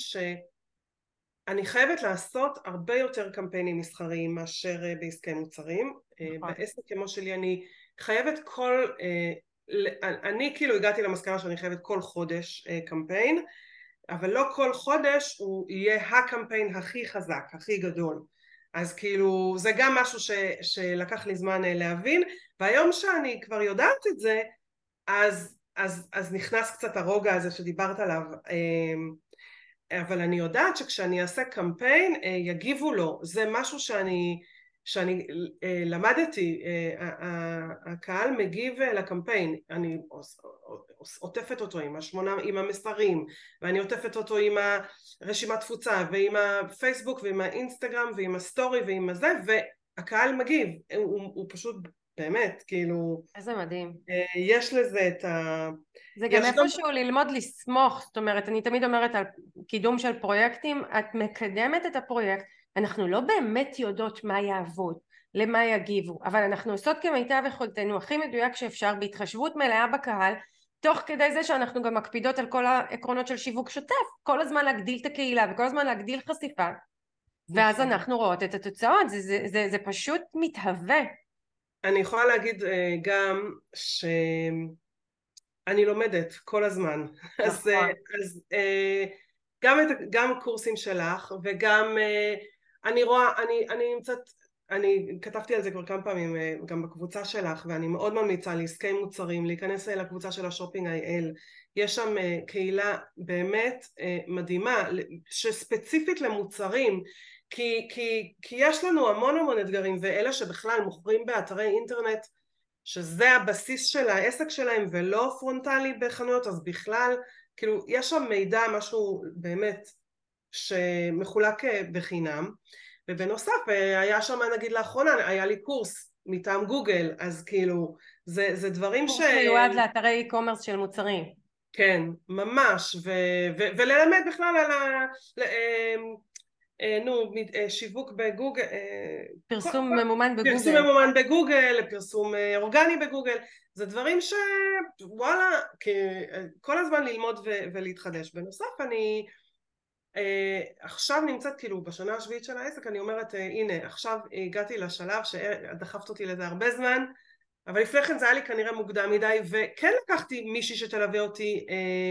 שאני חייבת לעשות הרבה יותר קמפיינים מסחריים מאשר בעסקי מוצרים. נכון. בעסק כמו שלי אני חייבת כל, אני כאילו הגעתי למסקנה שאני חייבת כל חודש קמפיין, אבל לא כל חודש הוא יהיה הקמפיין הכי חזק, הכי גדול. אז כאילו זה גם משהו ש, שלקח לי זמן להבין, והיום שאני כבר יודעת את זה, אז, אז, אז נכנס קצת הרוגע הזה שדיברת עליו, אבל אני יודעת שכשאני אעשה קמפיין יגיבו לו, זה משהו שאני, שאני למדתי, הקהל מגיב לקמפיין, אני עוטפת אותו עם השמונה, עם המסרים, ואני עוטפת אותו עם הרשימת תפוצה ועם הפייסבוק ועם האינסטגרם ועם הסטורי ועם הזה, והקהל מגיב, הוא, הוא פשוט באמת כאילו, איזה מדהים. יש לזה את ה... זה גם איפשהו גם... ללמוד לסמוך, זאת אומרת אני תמיד אומרת על קידום של פרויקטים, את מקדמת את הפרויקט, אנחנו לא באמת יודעות מה יעבוד, למה יגיבו, אבל אנחנו עושות כמיטב יכולתנו הכי מדויק שאפשר בהתחשבות מלאה בקהל, תוך כדי זה שאנחנו גם מקפידות על כל העקרונות של שיווק שוטף, כל הזמן להגדיל את הקהילה וכל הזמן להגדיל חשיפה, ואז אנחנו רואות את התוצאות, זה, זה, זה, זה פשוט מתהווה. אני יכולה להגיד גם שאני לומדת כל הזמן, נכון. אז, אז גם, את, גם קורסים שלך וגם אני רואה, אני, אני נמצאת, אני כתבתי על זה כבר כמה פעמים גם בקבוצה שלך, ואני מאוד ממליצה לעסקי מוצרים להיכנס לקבוצה של השופינג איי אל, יש שם קהילה באמת מדהימה שספציפית למוצרים, כי, כי, כי יש לנו המון המון אתגרים, ואלה שבכלל מוכרים באתרי אינטרנט שזה הבסיס של העסק שלהם ולא פרונטלי בחנויות, אז בכלל כאילו יש שם מידע משהו באמת שמחולק בחינם. ובנוסף היה שם נגיד לאחרונה היה לי קורס מטעם גוגל, אז כאילו זה, זה דברים קורס ש... קורס מיועד לאתרי אי-קומרס של מוצרים. כן, ממש, ו, ו, וללמד בכלל על ה... נו, שיווק בגוגל, פרסום ממומן בגוגל, פרסום ממומן בגוגל, פרסום אורגני בגוגל, זה דברים שוואלה, כל הזמן ללמוד ולהתחדש. בנוסף אני עכשיו נמצאת כאילו בשנה השביעית של העסק, אני אומרת הנה עכשיו הגעתי לשלב שדחפת אותי לזה הרבה זמן, אבל לפני כן זה היה לי כנראה מוקדם מדי, וכן לקחתי מישהי שתלווה אותי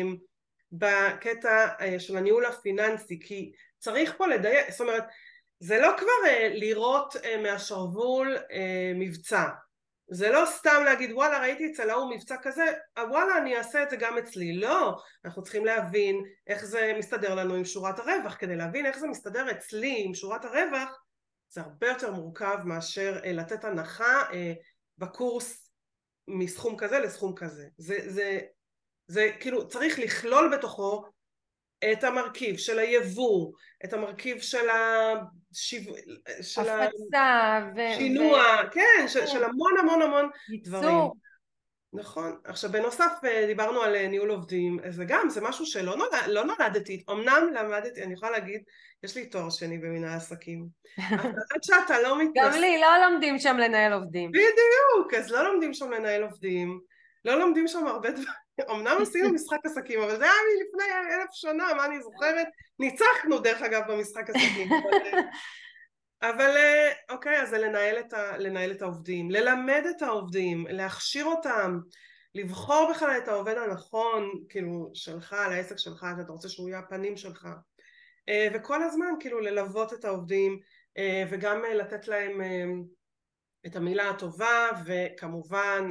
בקטע של הניהול הפיננסי, כי צריך פה לדייק, זאת אומרת זה לא כבר לראות מהשרוול מבצע, זה לא סתם להגיד וואלה ראיתי אצל ההוא מבצע כזה, וואלה אני אעשה את זה גם אצלי, לא, אנחנו צריכים להבין איך זה מסתדר לנו עם שורת הרווח, כדי להבין איך זה מסתדר אצלי עם שורת הרווח, זה הרבה יותר מורכב מאשר לתת הנחה בקורס מסכום כזה לסכום כזה. זה, זה, זה כאילו צריך לכלול בתוכו את המרכיב של היבוא, את המרכיב של השיו... של הפצה ו... השינוע, ו... כן, של, של המון המון המון דברים. ייצור. נכון. עכשיו בנוסף דיברנו על ניהול עובדים, זה גם, זה משהו שלא נולד, לא נולדתי, אמנם למדתי, אני יכולה להגיד, יש לי תואר שני במנהל עסקים, אבל עד שאתה לא מתנס... גם לי, לא לומדים שם לנהל עובדים. בדיוק, אז לא לומדים שם לנהל עובדים, לא לומדים שם הרבה דברים, אמנם עשינו משחק עסקים, אבל זה היה מלפני אלף שנה, מה אני זוכרת? ניצחנו דרך אגב במשחק עסקים, אבל... אבל אוקיי, אז זה לנהל את, ה, לנהל את העובדים, ללמד את העובדים, להכשיר אותם, לבחור בכלל את העובד הנכון, כאילו שלך, על העסק שלך, שאתה רוצה שהוא יהיה הפנים שלך, וכל הזמן כאילו ללוות את העובדים, וגם לתת להם את המילה הטובה, וכמובן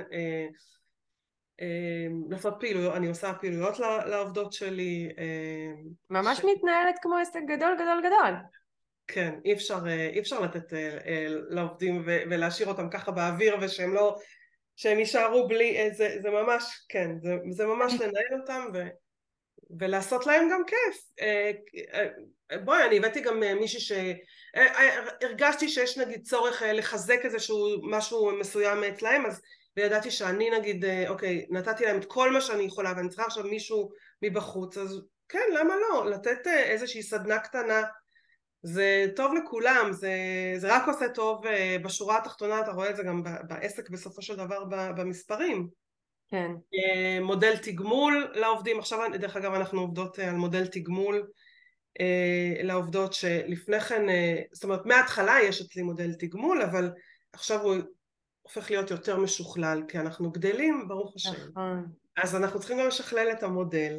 לעשות פעילויות, אני עושה פעילויות לעובדות שלי. ממש ש... מתנהלת כמו עסק גדול גדול גדול. כן, אי אפשר, אי אפשר לתת לעובדים ולהשאיר אותם ככה באוויר ושהם לא, שהם יישארו בלי, זה, זה ממש, כן, זה, זה ממש לנהל אותם ו, ולעשות להם גם כיף. בואי, אני הבאתי גם מישהי שהרגשתי שיש נגיד צורך לחזק איזשהו משהו מסוים אצלהם, אז וידעתי שאני נגיד, אוקיי, נתתי להם את כל מה שאני יכולה ואני צריכה עכשיו מישהו מבחוץ, אז כן, למה לא? לתת איזושהי סדנה קטנה, זה טוב לכולם, זה, זה רק עושה טוב בשורה התחתונה, אתה רואה את זה גם בעסק בסופו של דבר במספרים. כן. מודל תגמול לעובדים, עכשיו דרך אגב אנחנו עובדות על מודל תגמול לעובדות שלפני כן, זאת אומרת מההתחלה יש אצלי מודל תגמול, אבל עכשיו הוא הופך להיות יותר משוכלל, כי אנחנו גדלים ברוך השם. נכון. אז אנחנו צריכים גם לשכלל את המודל.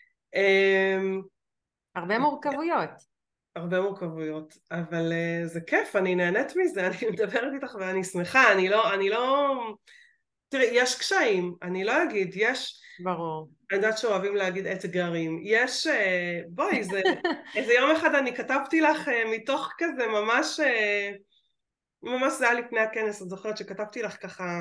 הרבה מורכבויות. הרבה מורכבויות, אבל uh, זה כיף, אני נהנית מזה, אני מדברת איתך ואני שמחה, אני לא, אני לא, תראי, יש קשיים, אני לא אגיד, יש, ברור. אני יודעת שאוהבים להגיד אתגרים, יש, uh, בואי, זה, איזה יום אחד אני כתבתי לך uh, מתוך כזה ממש, uh, ממש זה היה לפני הכנס, את זוכרת שכתבתי לך ככה,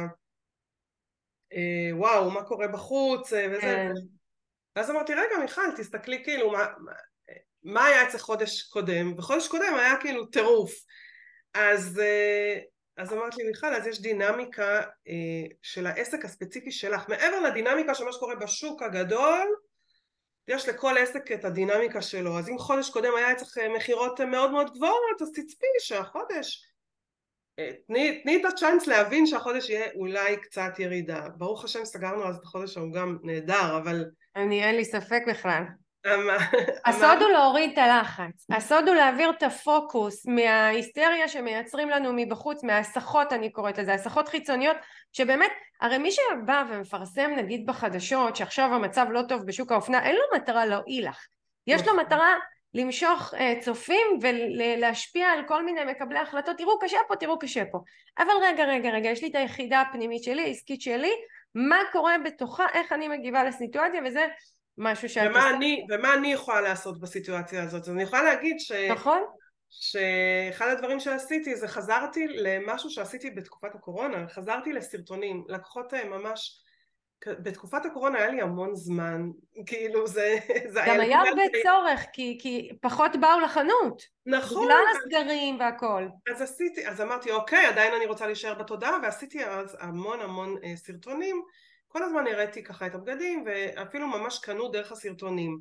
uh, וואו, מה קורה בחוץ, uh, וזה, כן. ואז אמרתי, רגע מיכל, תסתכלי כאילו, מה, מה היה אצל חודש קודם? וחודש קודם היה כאילו טירוף. אז, אז אמרת לי, מיכל, אז יש דינמיקה של העסק הספציפי שלך. מעבר לדינמיקה של מה שקורה בשוק הגדול, יש לכל עסק את הדינמיקה שלו. אז אם חודש קודם היה אצלך מחירות מאוד מאוד גבוהות, אז תצפי שהחודש, תני, תני את הצ'אנס להבין שהחודש יהיה אולי קצת ירידה. ברוך השם סגרנו אז את החודש הוא גם נהדר, אבל... אני אין לי ספק בכלל. הסוד הוא להוריד את הלחץ, הסוד הוא להעביר את הפוקוס מההיסטריה שמייצרים לנו מבחוץ, מההסחות אני קוראת לזה, הסחות חיצוניות, שבאמת, הרי מי שבא ומפרסם נגיד בחדשות שעכשיו המצב לא טוב בשוק האופנה, אין לו מטרה להועיל לך, יש לו מטרה למשוך צופים ולהשפיע על כל מיני מקבלי החלטות, תראו קשה פה, תראו קשה פה, אבל רגע רגע רגע, יש לי את היחידה הפנימית שלי, העסקית שלי, מה קורה בתוכה, איך אני מגיבה לסיטואציה, וזה משהו שאת ומה אני, ומה אני יכולה לעשות בסיטואציה הזאת? אז אני יכולה להגיד ש... נכון? שאחד הדברים שעשיתי זה חזרתי למשהו שעשיתי בתקופת הקורונה, חזרתי לסרטונים, לקוחות ממש, בתקופת הקורונה היה לי המון זמן, כאילו זה... זה גם היה הרבה צורך, כי, כי פחות באו לחנות. נכון. בגלל הסגרים והכל. אז עשיתי, אז אמרתי אוקיי, עדיין אני רוצה להישאר בתודעה, ועשיתי אז המון המון סרטונים, כל הזמן הראיתי ככה את הבגדים, ואפילו ממש קנו דרך הסרטונים.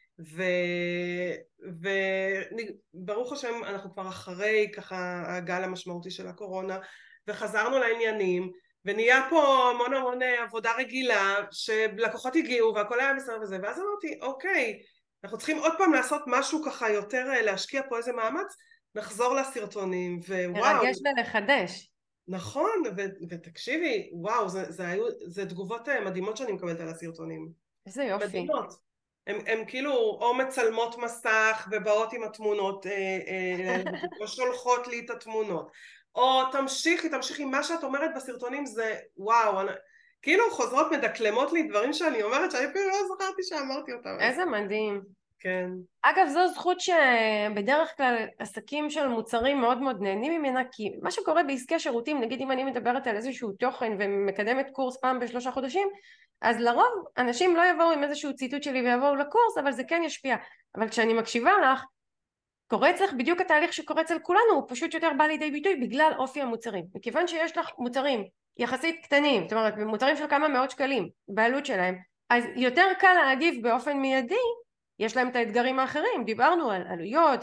וברוך השם אנחנו כבר אחרי ככה הגל המשמעותי של הקורונה, וחזרנו לעניינים, ונהיה פה המון המון עבודה רגילה, שלקוחות הגיעו והכל היה בסדר וזה, ואז אמרתי, אוקיי, אנחנו צריכים עוד פעם לעשות משהו ככה יותר, להשקיע פה איזה מאמץ, נחזור לסרטונים, ווואו. לרגש ולחדש. נכון, ו- ותקשיבי, וואו, זה, זה, היו, זה תגובות מדהימות שאני מקבלת על הסרטונים. איזה יופי. מדהימות. הם, הם כאילו או מצלמות מסך ובאות עם התמונות, אה, אה, או שולחות לי את התמונות, או תמשיכי, תמשיכי, מה שאת אומרת בסרטונים זה וואו, אני, כאילו חוזרות מדקלמות לי דברים שאני אומרת, שאני אפילו לא זכרתי שאמרתי אותם. איזה מדהים. כן. אגב, זו זכות שבדרך כלל עסקים של מוצרים מאוד מאוד נהנים ממנה, כי מה שקורה בעסקי שירותים, נגיד אם אני מדברת על איזשהו תוכן ומקדמת קורס פעם בשלושה חודשים, אז לרוב אנשים לא יבואו עם איזשהו ציטוט שלי ויבואו לקורס, אבל זה כן ישפיע. אבל כשאני מקשיבה לך, קורה אצלך בדיוק התהליך שקורה אצל כולנו, הוא פשוט יותר בא לידי ביטוי בגלל אופי המוצרים. מכיוון שיש לך מוצרים יחסית קטנים, זאת אומרת מוצרים של כמה מאות שקלים בעלות שלהם, אז יותר קל להגיב באופן מיידי. יש להם את האתגרים האחרים, דיברנו על עלויות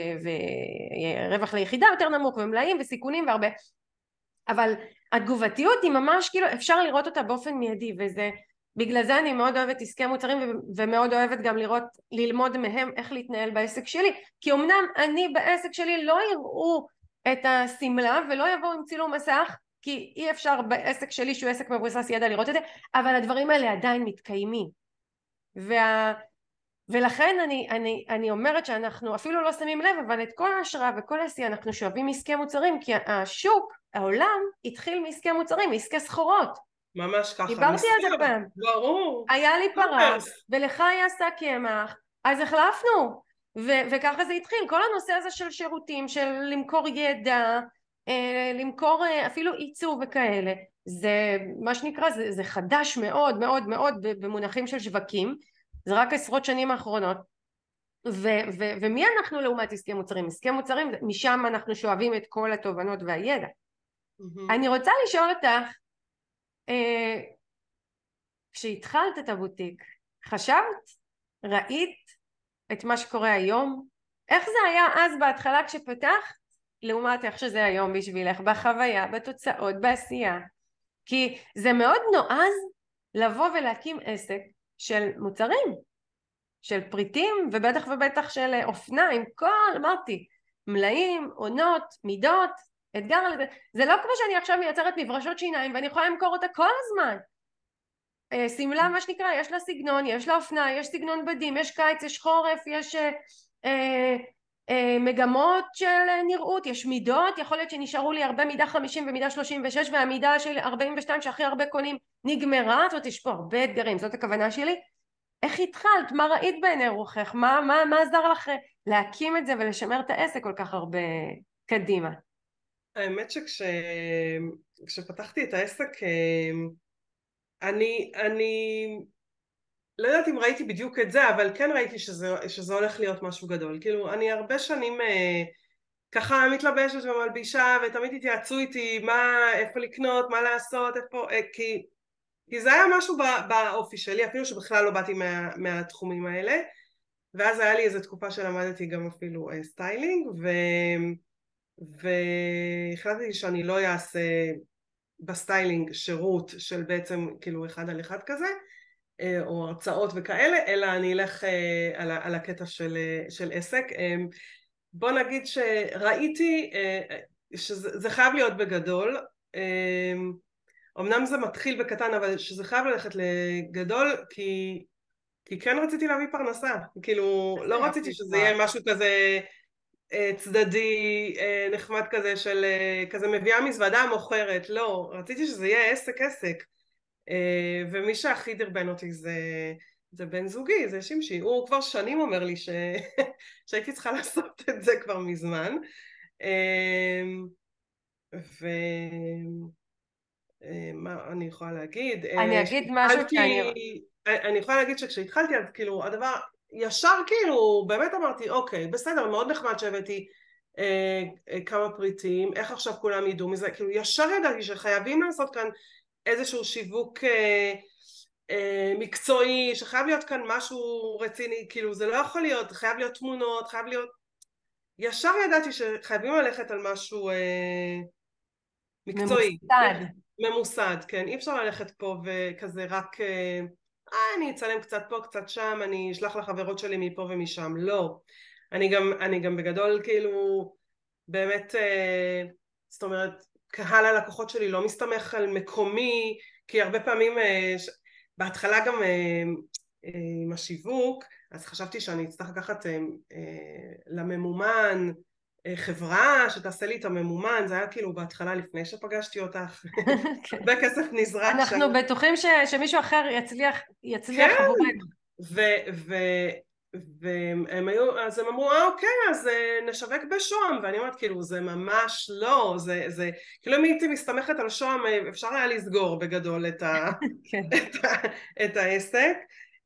ורווח ליחידה יותר נמוך ומלאים וסיכונים והרבה, אבל התגובתיות היא ממש כאילו אפשר לראות אותה באופן מיידי, וזה בגלל זה אני מאוד אוהבת עסקי מוצרים ומאוד אוהבת גם לראות, ללמוד מהם איך להתנהל בעסק שלי, כי אמנם אני בעסק שלי לא יראו את הסמלה ולא יבואו עם צילום מסך, כי אי אפשר בעסק שלי שהוא עסק מבוסס ידע לראות את זה, אבל הדברים האלה עדיין מתקיימים. וה... ולכן אני, אני, אני אומרת שאנחנו אפילו לא שמים לב, אבל את כל ההשראה וכל העשייה אנחנו שואבים מעסקי מוצרים, כי השוק, העולם, התחיל מעסקי מוצרים, מעסקי סחורות. ממש ככה. דיברתי על זה פעם. ברור. היה לי פרה, ולך היה שק קמח, אז החלפנו, ו- וככה זה התחיל. כל הנושא הזה של שירותים, של למכור ידע, אה, למכור אה, אפילו עיצוב וכאלה, זה מה שנקרא, זה, זה חדש מאוד מאוד מאוד במונחים של שווקים, זה רק עשרות שנים האחרונות, ו- ו- ומי אנחנו לעומת עסקי מוצרים? עסקי מוצרים, משם אנחנו שואבים את כל התובנות והידע. Mm-hmm. אני רוצה לשאול אותך, אה, כשהתחלת את הבוטיק, חשבת? ראית את מה שקורה היום? איך זה היה אז בהתחלה כשפתחת, לעומת איך שזה היום בשבילך, בחוויה, בתוצאות, בעשייה? כי זה מאוד נועז לבוא ולהקים עסק של מוצרים, של פריטים, ובטח ובטח של אופנה, עם כל, אמרתי, מלאים, עונות, מידות, אתגר על זה. זה לא כמו שאני עכשיו מייצרת מברשות שיניים, ואני יכולה למכור אותה כל הזמן. סמלה, מה שנקרא, יש לה סגנון, יש לה אופנה, יש סגנון בדים, יש קיץ, יש חורף, יש אה, אה, אה, מגמות של נראות, יש מידות, יכול להיות שנשארו לי הרבה מידה חמישים ומידה שלושים ושש, והמידה של ארבעים ושתיים שהכי הרבה קונים נגמרה, זאת אומרת, יש פה הרבה אתגרים, זאת הכוונה שלי. איך התחלת? מה ראית בעיני רוחך? מה, מה, מה עזר לך להקים את זה ולשמר את העסק כל כך הרבה קדימה? האמת שכשפתחתי את העסק, אני, אני לא יודעת אם ראיתי בדיוק את זה, אבל כן ראיתי שזה, שזה הולך להיות משהו גדול. כאילו, אני הרבה שנים אה, ככה מתלבשת ומלבישה, ותמיד התייעצו איתי מה, איפה לקנות, מה לעשות, איפה, אה, כי, כי זה היה משהו באופי שלי, אפילו שבכלל לא באתי מה, מהתחומים האלה, ואז היה לי איזו תקופה שלמדתי גם אפילו אה, סטיילינג, ו, והחלטתי שאני לא אעשה בסטיילינג שירות של בעצם כאילו אחד על אחד כזה, או הרצאות וכאלה, אלא אני אלך על, על הקטע של, של עסק. בוא נגיד שראיתי שזה חייב להיות בגדול, אמנם זה מתחיל בקטן, אבל שזה חייב ללכת לגדול, כי, כי כן רציתי להביא פרנסה, כאילו לא רציתי שזה יהיה משהו כזה צדדי נחמד כזה של כזה מביאה מזוודה מוכרת, לא, רציתי שזה יהיה עסק עסק. ומי שהכי דרבן אותי זה, זה בן זוגי, זה שמשי, הוא כבר שנים אומר לי ש... שהייתי צריכה לעשות את זה כבר מזמן, ומה אני יכולה להגיד? אני אגיד משהו כי אני... אני יכולה להגיד שכשהתחלתי, אז כאילו הדבר ישר כאילו באמת אמרתי אוקיי בסדר, מאוד נחמד שהבאתי אה, אה, כמה פריטים, איך עכשיו כולם ידעו מזה, כאילו ישר ידעתי שחייבים לעשות כאן איזשהו שיווק אה, אה, מקצועי, שחייב להיות כאן משהו רציני, כאילו זה לא יכול להיות, חייב להיות תמונות, חייב להיות, ישר ידעתי שחייבים ללכת על משהו אה, מקצועי, ממוסד, ממוסד, כן, אי אפשר ללכת פה וכזה רק אה, אני אצלם קצת פה קצת שם, אני אשלח לחברות שלי מפה ומשם, לא, אני גם, אני גם בגדול כאילו באמת אה, זאת אומרת קהל הלקוחות שלי לא מסתמך על מקומי, כי הרבה פעמים בהתחלה גם עם השיווק, אז חשבתי שאני אצטרך לקחת לממומן חברה שתעשה לי את הממומן, זה היה כאילו בהתחלה לפני שפגשתי אותך, הרבה כסף נזרק שם. אנחנו בטוחים שמישהו אחר יצליח עבורנו. והם היו, אז הם אמרו, אה אוקיי, אז נשווק בשוהם, ואני אומרת, כאילו, זה ממש לא, זה, זה, כאילו אם הייתי מסתמכת על שוהם, אפשר היה לסגור בגדול את ה, כן. את ה, את העסק.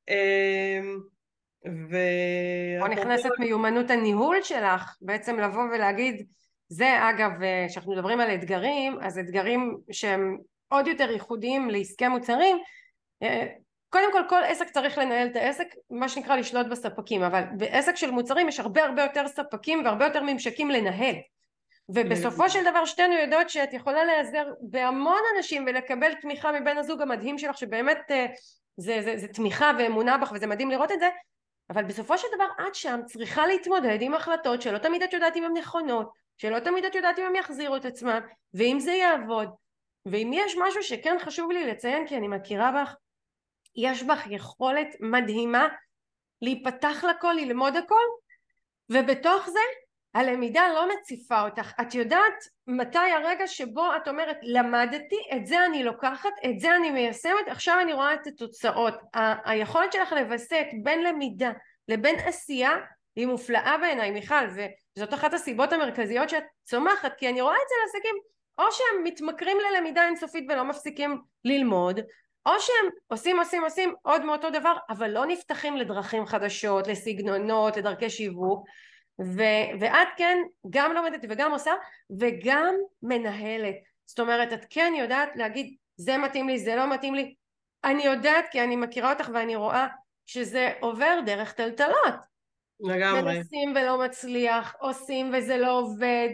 פה ואפרופו, נכנסת מיומנות הניהול שלך, בעצם לבוא ולהגיד, זה אגב, כשאנחנו מדברים על אתגרים, אז אתגרים שהם עוד יותר ייחודיים לעסקי מוצרים, קודם כל כל עסק צריך לנהל את העסק, מה שנקרא לשלוט בספקים, אבל בעסק של מוצרים יש הרבה הרבה יותר ספקים והרבה יותר ממשקים לנהל, ובסופו של דבר שתינו יודעות שאת יכולה להיעזר בהמון אנשים ולקבל תמיכה מבן הזוג המדהים שלך, שבאמת זה, זה, זה תמיכה ואמונה בך וזה מדהים לראות את זה, אבל בסופו של דבר את שם צריכה להתמודד עם החלטות שלא תמיד את יודעת אם הן נכונות, שלא תמיד את יודעת אם הם יחזירו את עצמם, ואם זה יעבוד. ואם יש משהו שכן חשוב לי לציין, כי אני מכירה בך, יש בך יכולת מדהימה להיפתח לכל, ללמוד הכל, ובתוך זה הלמידה לא מציפה אותך. את יודעת מתי הרגע שבו את אומרת, למדתי, את זה אני לוקחת, את זה אני מיישמת, עכשיו אני רואה את התוצאות. ה- היכולת שלך לבסט בין למידה לבין עשייה היא מופלאה בעיניי, מיכל, וזאת אחת הסיבות המרכזיות שאת צומחת, כי אני רואה את זה לעסקים, או שהם מתמכרים ללמידה אינסופית ולא מפסיקים ללמוד, או שהם עושים עושים עושים עוד מאותו דבר, אבל לא נפתחים לדרכים חדשות, לסגנונות, לדרכי שיווק, ו- ואת כן גם לומדת וגם עושה וגם מנהלת. זאת אומרת, את כן יודעת להגיד, זה מתאים לי, זה לא מתאים לי. אני יודעת כי אני מכירה אותך ואני רואה שזה עובר דרך טלטלות. לגמרי. מנסים ולא מצליח, עושים וזה לא עובד.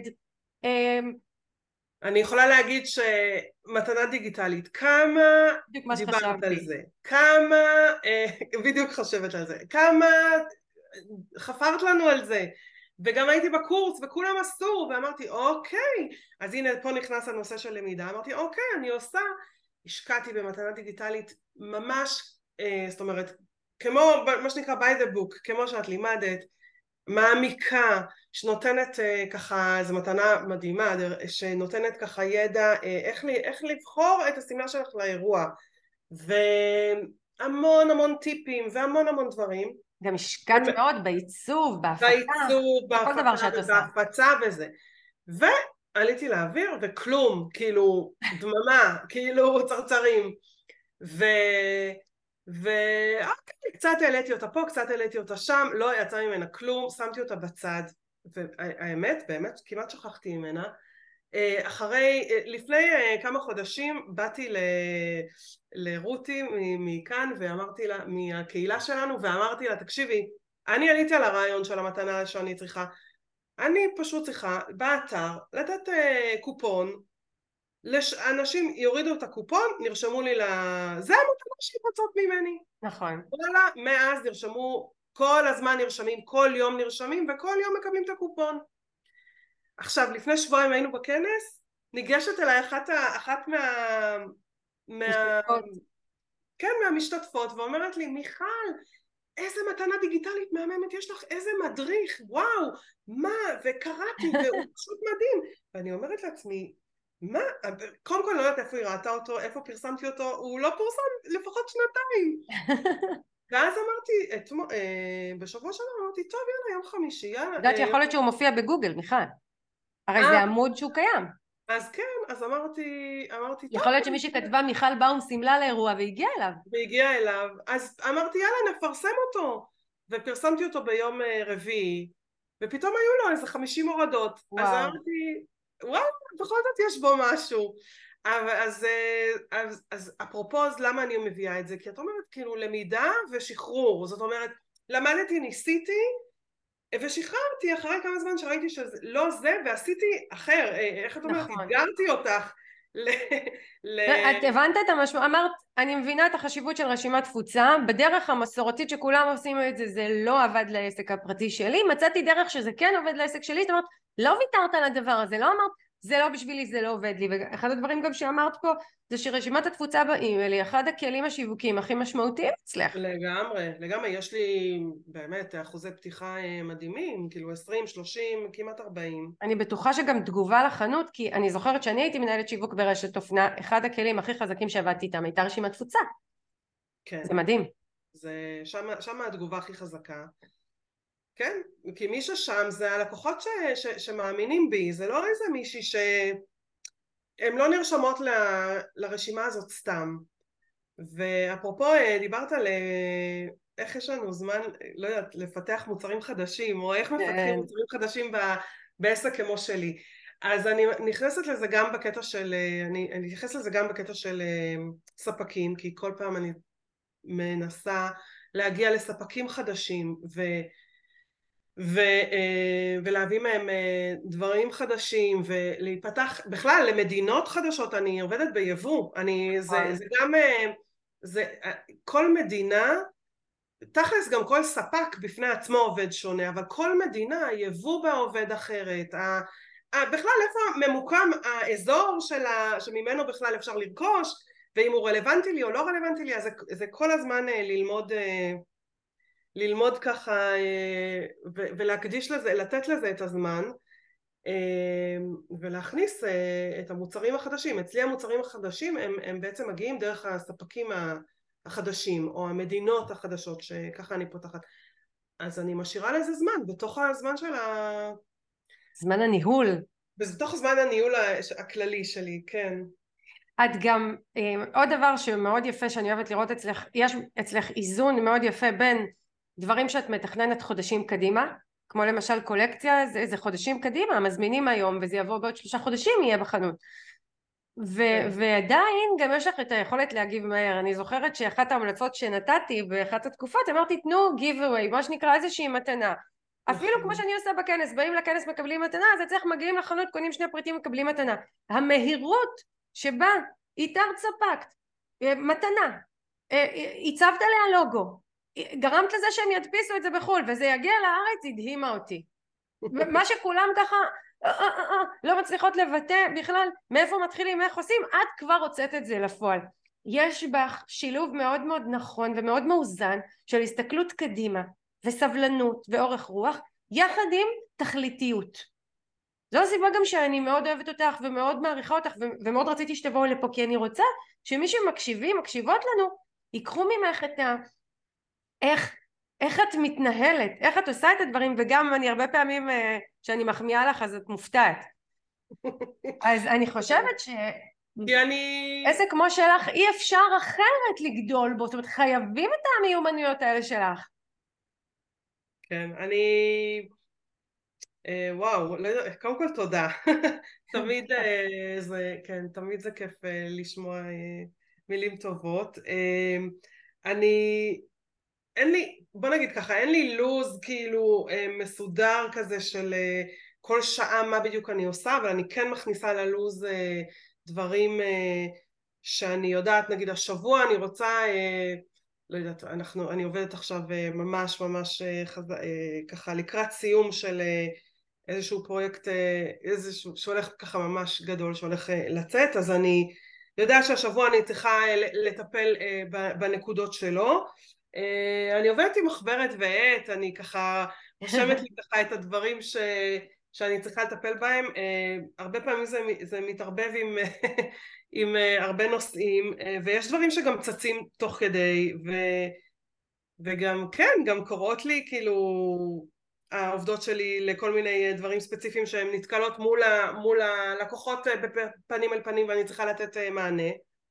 אני יכולה להגיד שמתנה דיגיטלית, כמה בדיוק מה דיברת על שחשבתי. זה, כמה, בדיוק חושבת על זה, כמה חפרת לנו על זה, וגם הייתי בקורס וכולם עשו, ואמרתי אוקיי, אז הנה פה נכנס הנושא של למידה, אמרתי אוקיי, אני עושה, השקעתי במתנה דיגיטלית ממש, זאת אומרת, כמו מה שנקרא by the book, כמו שאת לימדת, מעמיקה, שנותנת ככה, זו מתנה מדהימה, שנותנת ככה ידע איך, איך לבחור את הסמלה שלך לאירוע, והמון המון טיפים והמון המון דברים. גם השקעת מאוד בעיצוב, בהפקה, בעיצוב, בכל דבר שאת בהפקה, עושה. בהפצה וזה. ועליתי לאוויר וכלום, כאילו דממה, כאילו צרצרים. ו... וקצת העליתי אותה פה, קצת העליתי אותה שם, לא יצא ממנה כלום, שמתי אותה בצד, והאמת, באמת, כמעט שכחתי ממנה. אחרי, לפני כמה חודשים באתי ל... לרותי מכאן ואמרתי לה, מהקהילה שלנו, ואמרתי לה, תקשיבי, אני עליתי על הרעיון של המתנה שאני צריכה, אני פשוט צריכה באתר לתת קופון, אנשים יורידו את הקופון, נרשמו לי ל... זה המתנה שהיא רוצות ממני. נכון. וואלה, מאז נרשמו, כל הזמן נרשמים, כל יום נרשמים, וכל יום מקבלים את הקופון. עכשיו, לפני שבועיים היינו בכנס, ניגשת אליי אחת, אחת מה... מה... כן, מהמשתתפות, ואומרת לי, מיכל, איזה מתנה דיגיטלית מהממת יש לך, איזה מדריך, וואו, מה, וקראתי, והוא פשוט מדהים. ואני אומרת לעצמי, מה, קודם כל לא יודעת איפה היא ראתה אותו, איפה פרסמתי אותו, הוא לא פורסם לפחות שנתיים. ואז אמרתי, אתמול, אה, בשבוע שלנו אמרתי, טוב יאללה, יום חמישי, יאללה. יודעת אה, שיכול להיות שהוא מופיע בגוגל, מיכל. הרי אה, זה עמוד שהוא קיים. אז כן, אז אמרתי, אמרתי, טוב. יכול להיות שמישהי כתבה מיכל באום סמלה לאירוע והגיעה אליו. והגיעה אליו, אז אמרתי, יאללה, נפרסם אותו. ופרסמתי אותו ביום רביעי, ופתאום היו לו איזה חמישים הורדות. וואו. אז אמרתי, וואו, בכל זאת יש בו משהו. אז, אז, אז אפרופו, אז למה אני מביאה את זה? כי את אומרת, כאילו, למידה ושחרור. זאת אומרת, למדתי, ניסיתי, ושחררתי אחרי כמה זמן שראיתי שלא זה, ועשיתי אחר. איך את אומרת? נכון. אתגרתי אותך. ל... ל... את הבנת את המשמעות, אמרת, אני מבינה את החשיבות של רשימת תפוצה, בדרך המסורתית שכולם עושים את זה, זה לא עבד לעסק הפרטי שלי, מצאתי דרך שזה כן עובד לעסק שלי, זאת אומרת, לא ויתרת על הדבר הזה, לא אמרת, זה לא בשבילי, זה לא עובד לי, ואחד הדברים גם שאמרת פה, זה שרשימת התפוצה באימייל היא אחד הכלים השיווקיים הכי משמעותיים אצלך. לגמרי, לגמרי, יש לי באמת אחוזי פתיחה מדהימים, כאילו עשרים, שלושים, כמעט ארבעים. אני בטוחה שגם תגובה לחנות, כי אני זוכרת שאני הייתי מנהלת שיווק ברשת אופנה, אחד הכלים הכי חזקים שעבדתי איתם הייתה רשימת תפוצה. כן. זה מדהים. זה, שמה, שמה התגובה הכי חזקה. כן, כי מי ששם זה הלקוחות ש, ש, שמאמינים בי, זה לא איזה מישהי שהם לא נרשמות ל, לרשימה הזאת סתם. ואפרופו דיברת על איך יש לנו זמן, לא יודעת, לפתח מוצרים חדשים, או איך מפתחים כן. מוצרים חדשים בעסק כמו שלי. אז אני נכנסת לזה גם בקטע של, אני, אני נכנסת לזה גם בקטע של ספקים, כי כל פעם אני מנסה להגיע לספקים חדשים, ו... ו, ולהביא מהם דברים חדשים ולהיפתח בכלל למדינות חדשות. אני עובדת ביבוא, אני זה, זה גם זה, כל מדינה תכלס, גם כל ספק בפני עצמו עובד שונה, אבל כל מדינה יבוא בה עובד אחרת. בכלל איפה ממוקם האזור שלה, שממנו בכלל אפשר לרכוש, ואם הוא רלוונטי לי או לא רלוונטי לי, אז זה, זה כל הזמן ללמוד ללמוד ככה ולהקדיש לזה, לתת לזה את הזמן ולהכניס את המוצרים החדשים. אצלי המוצרים החדשים הם, הם בעצם מגיעים דרך הספקים החדשים או המדינות החדשות שככה אני פותחת. אז אני משאירה לזה זמן בתוך הזמן של ה... זמן הניהול. בתוך זמן הניהול הכללי שלי, כן. את גם, עוד דבר שמאוד יפה שאני אוהבת לראות אצלך, יש אצלך איזון מאוד יפה בין דברים שאת מתכננת חודשים קדימה, כמו למשל קולקציה, זה, זה חודשים קדימה, מזמינים היום וזה יבוא בעוד שלושה חודשים יהיה בחנות. ו- כן. ועדיין גם יש לך את היכולת להגיב מהר. אני זוכרת שאחת ההמלצות שנתתי באחת התקופות, אמרתי תנו giveaway, מה שנקרא איזושהי מתנה. אפילו כמו שאני עושה בכנס, באים לכנס מקבלים מתנה, אז אצלך מגיעים לחנות, קונים שני פריטים מקבלים מתנה. המהירות שבה איתרת ספק, מתנה, הצבת עליה לוגו, גרמת לזה שהם ידפיסו את זה בחול וזה יגיע לארץ, הדהימה אותי. מה שכולם ככה לא מצליחות לבטא בכלל מאיפה מתחילים, איך עושים, את כבר הוצאת את זה לפועל. יש בך שילוב מאוד מאוד נכון ומאוד מאוזן של הסתכלות קדימה וסבלנות ואורך רוח יחד עם תכליתיות. זו הסיבה גם שאני מאוד אוהבת אותך ומאוד מעריכה אותך ומאוד רציתי שתבואו לפה, כי אני רוצה שמי שמקשיבים, מקשיבות לנו, ייקחו ממך את ה... איך, איך את מתנהלת, איך את עושה את הדברים, וגם אני הרבה פעמים שאני מחמיאה לך אז את מופתעת. אז אני חושבת ש... אני... עסק כמו שלך אי אפשר אחרת לגדול בו, זאת אומרת חייבים את המיומנויות האלה שלך. כן, אני... וואו, קודם כל תודה. תמיד זה, כן, תמיד זה כיף לשמוע מילים טובות. אני, אין לי, בוא נגיד ככה, אין לי לוז כאילו מסודר כזה של כל שעה מה בדיוק אני עושה, אבל אני כן מכניסה ללוז דברים שאני יודעת, נגיד השבוע אני רוצה, לא יודעת, אנחנו, אני עובדת עכשיו ממש ממש ככה לקראת סיום של איזשהו פרויקט, איזשהו שהולך ככה ממש גדול שהולך לצאת, אז אני יודעת שהשבוע אני צריכה לטפל בנקודות שלו. אני עובדת עם מחברת ועט, אני ככה רושמת לי ככה את הדברים ש... שאני צריכה לטפל בהם. הרבה פעמים זה, זה מתערבב עם, עם הרבה נושאים, ויש דברים שגם צצים תוך כדי, ו... וגם כן, גם קורות לי כאילו העובדות שלי לכל מיני דברים ספציפיים שהם נתקלות מול, ה... מול הלקוחות בפנים אל פנים ואני צריכה לתת מענה.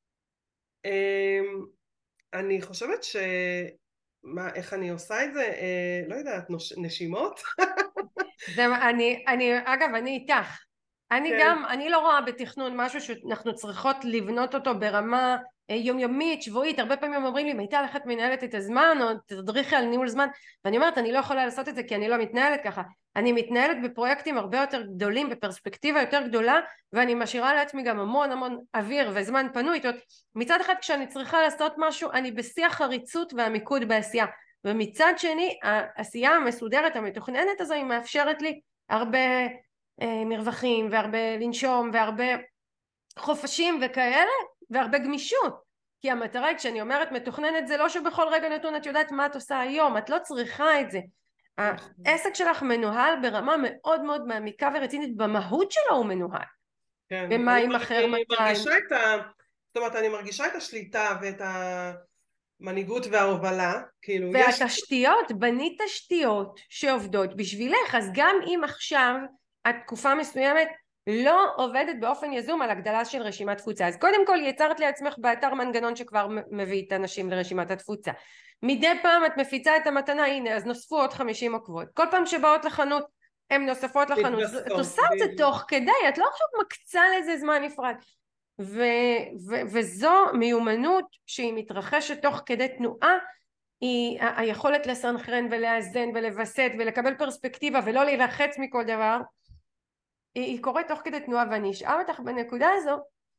אני חושבת ש... מה, איך אני עושה את זה? אה, לא יודעת, נוש... נשימות? זה, אני, אני, אגב, אני איתך. אני כן. גם, אני לא רואה בתכנון משהו שאנחנו צריכות לבנות אותו ברמה יומיומית, שבועית. הרבה פעמים אומרים לי, מיטל, איך את מנהלת את הזמן, או תדריכי על ניהול זמן, ואני אומרת, אני לא יכולה לעשות את זה כי אני לא מתנהלת ככה. אני מתנהלת בפרויקטים הרבה יותר גדולים, בפרספקטיבה יותר גדולה, ואני משאירה לעצמי גם המון המון אוויר וזמן פנוי. מצד אחד, כשאני צריכה לעשות משהו, אני בשיח הריצות והמיקוד בעשייה. ומצד שני, העשייה המסודרת, המתוכננת הזו, היא מאפשרת לי הרבה אה, מרווחים, והרבה לנשום, והרבה חופשים וכאלה, והרבה גמישות. כי המטרה היא, כשאני אומרת מתוכננת, זה לא שבכל רגע נתון את יודעת מה את עושה היום, את לא צריכה את זה. העסק שלך מנוהל ברמה מאוד מאוד מעמיקה ורצינית, במהות שלו הוא מנוהל. כן, ומה עם אני, אחר אני מתי? מרגישה את ה... זאת אומרת, אני מרגישה את השליטה ואת ה... המנהיגות וההובלה, כאילו יש... והתשתיות, בנית תשתיות שעובדות בשבילך, אז גם אם עכשיו התקופה מסוימת לא עובדת באופן יזום על הגדלה של רשימת תפוצה, אז קודם כל יצרת לעצמך באתר מנגנון שכבר מביא את האנשים לרשימת התפוצה, מדי פעם את מפיצה את המתנה, הנה אז נוספו עוד חמישים עוקבות, כל פעם שבאות לחנות הן נוספות לחנות, את עושה את זה תוך כדי, את לא עכשיו מקצה לזה זמן נפרד, ו- ו- וזו מיומנות שהיא מתרחשת תוך כדי תנועה, היא היכולת לסנכרן ולאזן ולווסת ולקבל פרספקטיבה ולא להילחץ מכל דבר, היא, היא קורית תוך כדי תנועה. ואני אשאל אותך בנקודה הזו,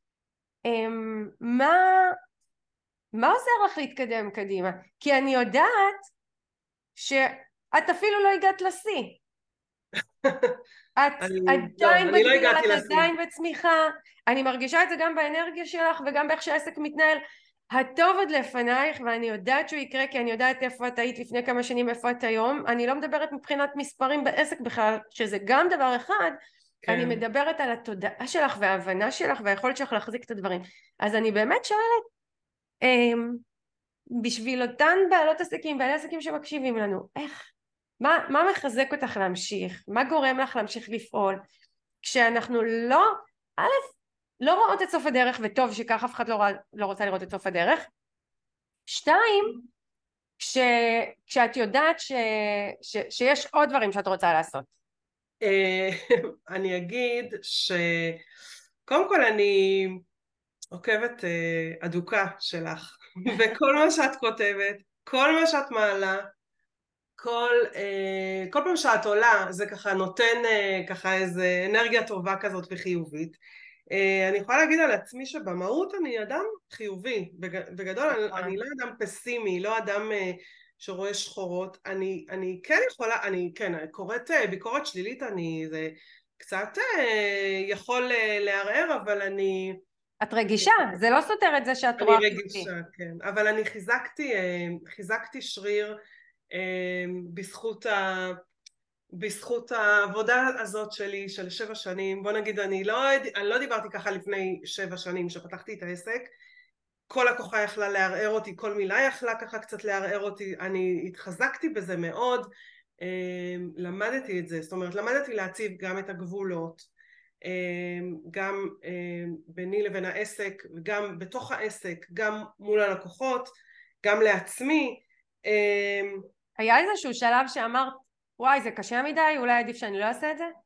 מה, מה עוזר לך להתקדם קדימה? כי אני יודעת שאת אפילו לא הגעת לשיא, את אני, עדיין לא, אני לא בגדילה, הגעתי את לשיא. עדיין בצמיחה, אני מרגישה את זה גם באנרגיה שלך וגם באיך שהעסק מתנהל. הטוב עוד לפנייך, ואני יודעת שהוא יקרה כי אני יודעת איפה את היית לפני כמה שנים, איפה את היום. אני לא מדברת מבחינת מספרים בעסק בכלל, שזה גם דבר אחד, כן. אני מדברת על התודעה שלך וההבנה שלך והיכולת שלך להחזיק את הדברים. אז אני באמת שואלת, בשביל אותן בעלות עסקים, בעלי עסקים שמקשיבים לנו, איך, מה, מה מחזק אותך להמשיך? מה גורם לך להמשיך לפעול? כשאנחנו לא, א', לא רואות את סוף הדרך, וטוב שכך אף אחד לא, לא רוצה לראות את סוף הדרך. שתיים, כש, כשאת יודעת ש, ש, שיש עוד דברים שאת רוצה לעשות. אני אגיד שקודם כל אני עוקבת אדוקה שלך, וכל מה שאת כותבת, כל מה שאת מעלה, כל, כל פעם שאת עולה זה ככה נותן ככה איזה אנרגיה טובה כזאת וחיובית. אני יכולה להגיד על עצמי שבמהות אני אדם חיובי, בגדול אני, אני לא אדם פסימי, לא אדם שרואה שחורות, אני, אני כן יכולה, אני כן, קוראת ביקורת שלילית, אני זה קצת יכול לערער, אבל אני... את רגישה, זה לא סותר את זה שאת רואה... אני רגישה, כן, אבל אני חיזקתי, חיזקתי שריר בזכות ה... בזכות העבודה הזאת שלי של שבע שנים. בוא נגיד, אני לא, אני לא דיברתי ככה לפני שבע שנים שפתחתי את העסק, כל הכוחה יכלה לערער אותי, כל מילה יכלה ככה קצת לערער אותי, אני התחזקתי בזה מאוד, למדתי את זה, זאת אומרת למדתי להציב גם את הגבולות, גם ביני לבין העסק, גם בתוך העסק, גם מול הלקוחות, גם לעצמי. היה איזשהו שלב שאמרת, וואי זה קשה מדי, אולי עדיף שאני לא אעשה את זה?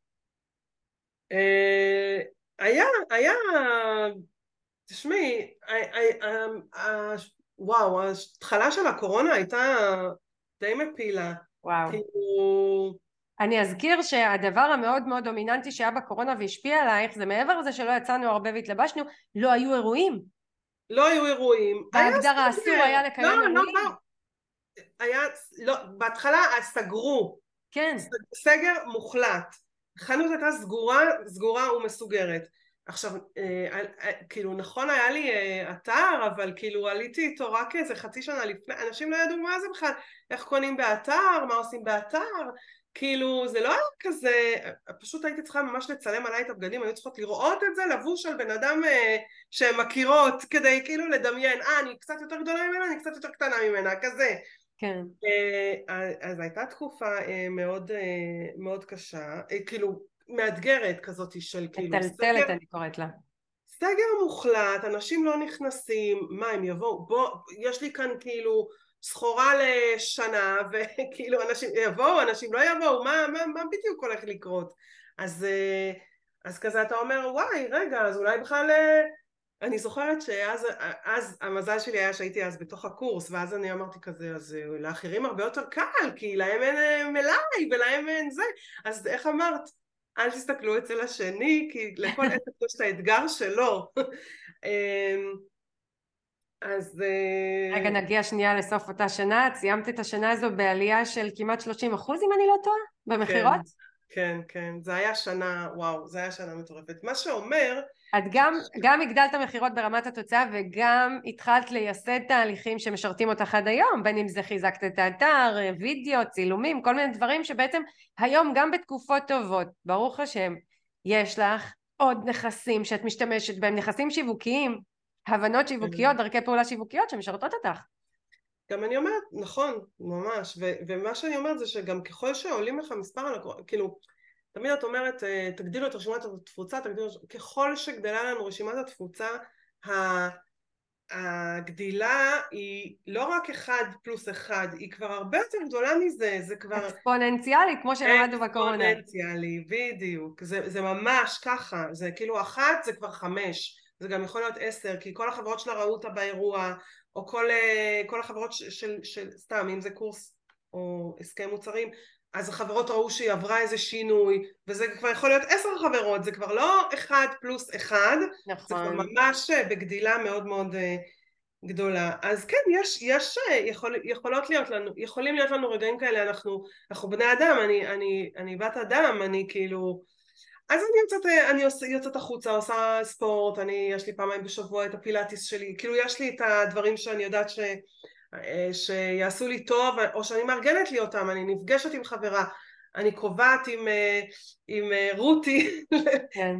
היה, היה, תשמעי, וואו, ההתחלה של הקורונה הייתה די מפילה. וואו. אני אזכיר שהדבר המאוד מאוד דומיננטי שהיה בקורונה והשפיע עלייך, זה מעבר לזה שלא יצאנו הרבה והתלבשנו, לא היו אירועים. לא היו אירועים. בהגדרה אסור היה לקיים אירועים. לא, לא, לא. היה, לא, בהתחלה סגרו. כן. סגר מוחלט. החנות הייתה סגורה, סגורה ומסוגרת. עכשיו, אה, אה, כאילו נכון היה לי אה, אתר, אבל כאילו עליתי איתו רק איזה חצי שנה לפני, אנשים לא ידעו מה זה בכלל, איך קונים באתר, מה עושים באתר, כאילו זה לא היה כזה, פשוט הייתי צריכה ממש לצלם עליי את הבגדים, היו צריכות לראות את זה, לבוש על בן אדם אה, שהן מכירות, כדי כאילו לדמיין, אה אני קצת יותר גדולה ממנה, אני קצת יותר קטנה ממנה, כזה. כן. אז הייתה תקופה מאוד מאוד קשה, כאילו מאתגרת כזאת של כאילו מטלטלת אני קוראת לה. סגר מוחלט, אנשים לא נכנסים, מה הם יבואו, בוא, יש לי כאן כאילו סחורה לשנה וכאילו אנשים יבואו, אנשים לא יבואו, מה, מה, מה בדיוק הולך לקרות? אז, אז כזה אתה אומר וואי רגע אז אולי בכלל, אני זוכרת שאז אז המזל שלי היה שהייתי אז בתוך הקורס, ואז אני אמרתי כזה, אז לאחרים הרבה יותר קל, כי להם אין מלאי ולהם אין זה, אז איך אמרת? אל תסתכלו אצל השני, כי לכל עסק יש את האתגר שלו. אז... רגע נגיע שנייה לסוף אותה שנה, סיימת את השנה הזו בעלייה של כמעט שלושים אחוז אם אני לא טועה, במחירות? כן, כן, זה היה שנה, וואו, זה היה שנה מטורפת. מה שאומר... את גם, גם הגדלת מחירות ברמת התוצאה וגם התחלת לייסד תהליכים שמשרתים אותך עד היום, בין אם זה חיזקת את האתר, וידאו, צילומים, כל מיני דברים שבעצם היום גם בתקופות טובות, ברוך השם, יש לך עוד נכסים שאת משתמשת בהם, נכסים שיווקיים, הבנות שיווקיות, דרכי פעולה שיווקיות שמשרתות אותך. גם אני אומרת, נכון, ממש, ו- ומה שאני אומרת זה שגם ככל שעולים לך מספר הלקוחות, כאילו, תמיד את אומרת, תגדילו את רשימת התפוצה, תגדילו, ככל שגדלה לנו רשימת התפוצה, הגדילה היא לא רק אחד פלוס אחד, היא כבר הרבה יותר גדולה מזה, זה כבר אקספוננציאלי, כמו שלמדנו בקורונה. אקספוננציאלי, בדיוק, זה, זה ממש ככה, זה כאילו אחת זה כבר חמש, זה גם יכול להיות עשר, כי כל החברות שלה ראו אותה באירוע, או כל, כל החברות של, של, של, סתם, אם זה קורס או הסכם מוצרים, אז החברות ראו שהיא עברה איזה שינוי, וזה כבר יכול להיות עשר חברות, זה כבר לא אחד פלוס אחד, זה כבר נכון. ממש בגדילה מאוד מאוד גדולה. אז כן, יש, יש יכול, יכולות להיות לנו, יכולים להיות לנו רגעים כאלה, אנחנו, אנחנו בני אדם, אני, אני, אני בת אדם, אני כאילו, אז אני יוצאת, אני עושה, יוצאת החוצה, עושה ספורט, אני, יש לי פעמיים בשבוע את הפילאטיס שלי, כאילו יש לי את הדברים שאני יודעת ש... שיעשו לי טוב, או שאני מארגנת לי אותם, אני נפגשת עם חברה, אני קובעת עם, עם רותי כן.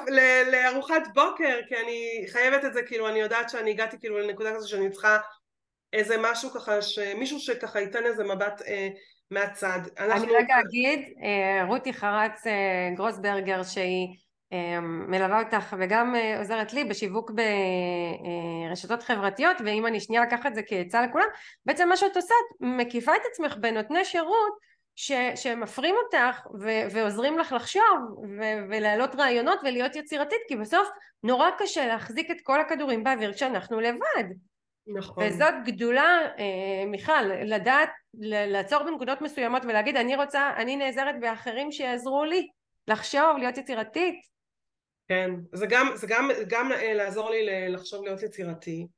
לארוחת בוקר, כי אני חייבת את זה, כאילו אני יודעת שאני הגעתי כאילו לנקודה כזו שאני צריכה איזה משהו ככה, מישהו שככה ייתן איזה מבט אה, מהצד. אני אנחנו... רגע אגיד, רותי חרץ גרוסברגר שהיא מלווה אותך וגם עוזרת לי בשיווק ברשתות חברתיות, ואם אני שנייה לקחת את זה כעצה לכולם, בעצם מה שאת עושה, את מקיפה את עצמך בנותני שירות ש, שמפרים אותך ו, ועוזרים לך לחשוב ו, ולהעלות רעיונות ולהיות יצירתית, כי בסוף נורא קשה להחזיק את כל הכדורים באוויר כשאנחנו לבד. נכון. וזאת גדולה, מיכל, לדעת לעצור בנקודות מסוימות ולהגיד אני רוצה, אני נעזרת באחרים שיעזרו לי לחשוב, להיות יצירתית. כן, זה גם, זה גם, גם לעזור לי לחשוב להיות יצירתי.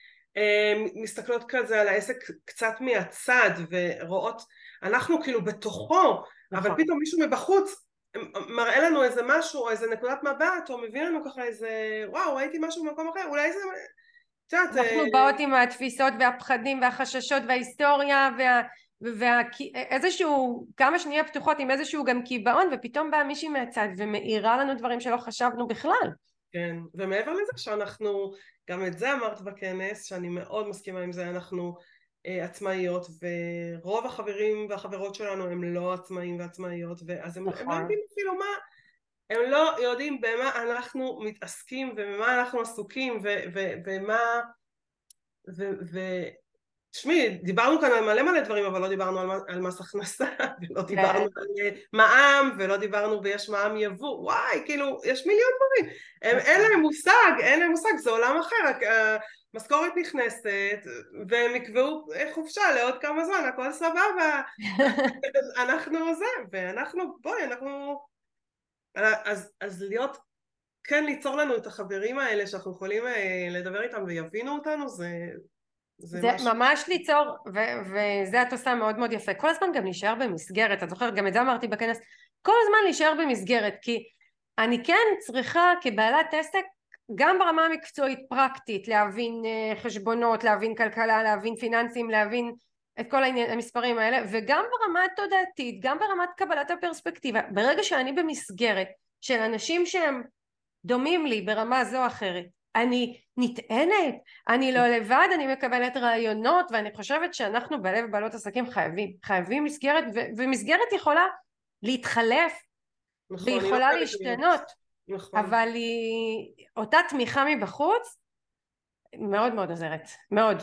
מסתכלות כזה על העסק קצת מהצד ורואות, אנחנו כאילו בתוכו, אבל פתאום מישהו מבחוץ מראה לנו איזה משהו או איזה נקודת מבט או מביא לנו ככה איזה וואו ראיתי משהו במקום אחר, אולי זה... אנחנו באות עם התפיסות והפחדים והחששות וההיסטוריה וה... ואיזשהו כמה שנהיה פתוחות עם איזשהו גם קיבעון, ופתאום באה מישהי מהצד ומאירה לנו דברים שלא חשבנו בכלל. כן, ומעבר לזה שאנחנו, גם את זה אמרת בכנס, שאני מאוד מסכימה עם זה, אנחנו אה, עצמאיות, ורוב החברים והחברות שלנו הם לא עצמאים ועצמאיות, ואז הם, הם לא יודעים אפילו מה, הם לא יודעים במה אנחנו מתעסקים ובמה אנחנו עסוקים ו, ו, ומה ו, ו, תשמעי, דיברנו כאן על מלא מלא דברים, אבל לא דיברנו על, על מס הכנסה, ולא דיברנו על מע"מ, ולא דיברנו ויש מע"מ יבוא, וואי, כאילו, יש מיליון דברים. הם, אין להם מושג, אין להם מושג, זה עולם אחר, המשכורת נכנסת, והם יקבעו חופשה לעוד כמה זמן, הכל סבבה. אנחנו זה, ואנחנו, בואי, אנחנו... אז, אז להיות, כן, ליצור לנו את החברים האלה, שאנחנו יכולים לדבר איתם ויבינו אותנו, זה... זה, זה משהו... ממש ליצור, ו- וזה את עושה מאוד מאוד יפה, כל הזמן גם להישאר במסגרת, את זוכרת, גם את זה אמרתי בכנס, כל הזמן להישאר במסגרת, כי אני כן צריכה כבעלת עסק, גם ברמה המקצועית פרקטית, להבין חשבונות, להבין כלכלה, להבין פיננסים, להבין את כל העניין, המספרים האלה, וגם ברמה התודעתית, גם ברמת קבלת הפרספקטיבה, ברגע שאני במסגרת של אנשים שהם דומים לי ברמה זו או אחרת, אני נטענת, אני לא לבד, אני מקבלת רעיונות, ואני חושבת שאנחנו בעלי ובעלות עסקים חייבים, חייבים מסגרת, ו- ומסגרת יכולה להתחלף, נכון, והיא יכולה לא להשתנות, נכון. אבל היא, אותה תמיכה מבחוץ, מאוד מאוד עוזרת, מאוד.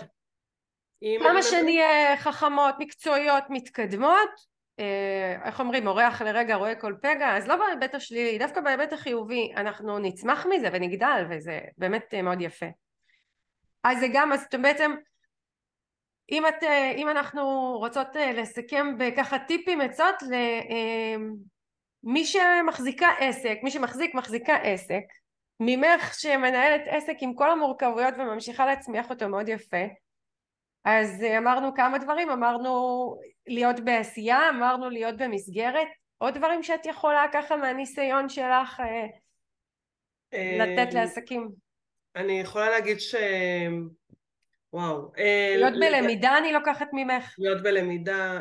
כמה שנהיה חכמות, מקצועיות, מתקדמות, איך אומרים, אורח לרגע רואה כל פגע, אז לא בהיבט השלילי, דווקא בהיבט החיובי, אנחנו נצמח מזה ונגדל, וזה באמת מאוד יפה. אז זה גם, אז בעצם, אם, את, אם אנחנו רוצות לסכם בככה טיפים, עצות למי שמחזיקה עסק, מי שמחזיק מחזיקה עסק, ממך שמנהלת עסק עם כל המורכבויות וממשיכה להצמיח אותו מאוד יפה, אז אמרנו כמה דברים, אמרנו להיות בעשייה, אמרנו להיות במסגרת, עוד דברים שאת יכולה ככה מהניסיון שלך לתת לעסקים. אני יכולה להגיד ש... וואו. להיות בלמידה אני לוקחת ממך. להיות בלמידה,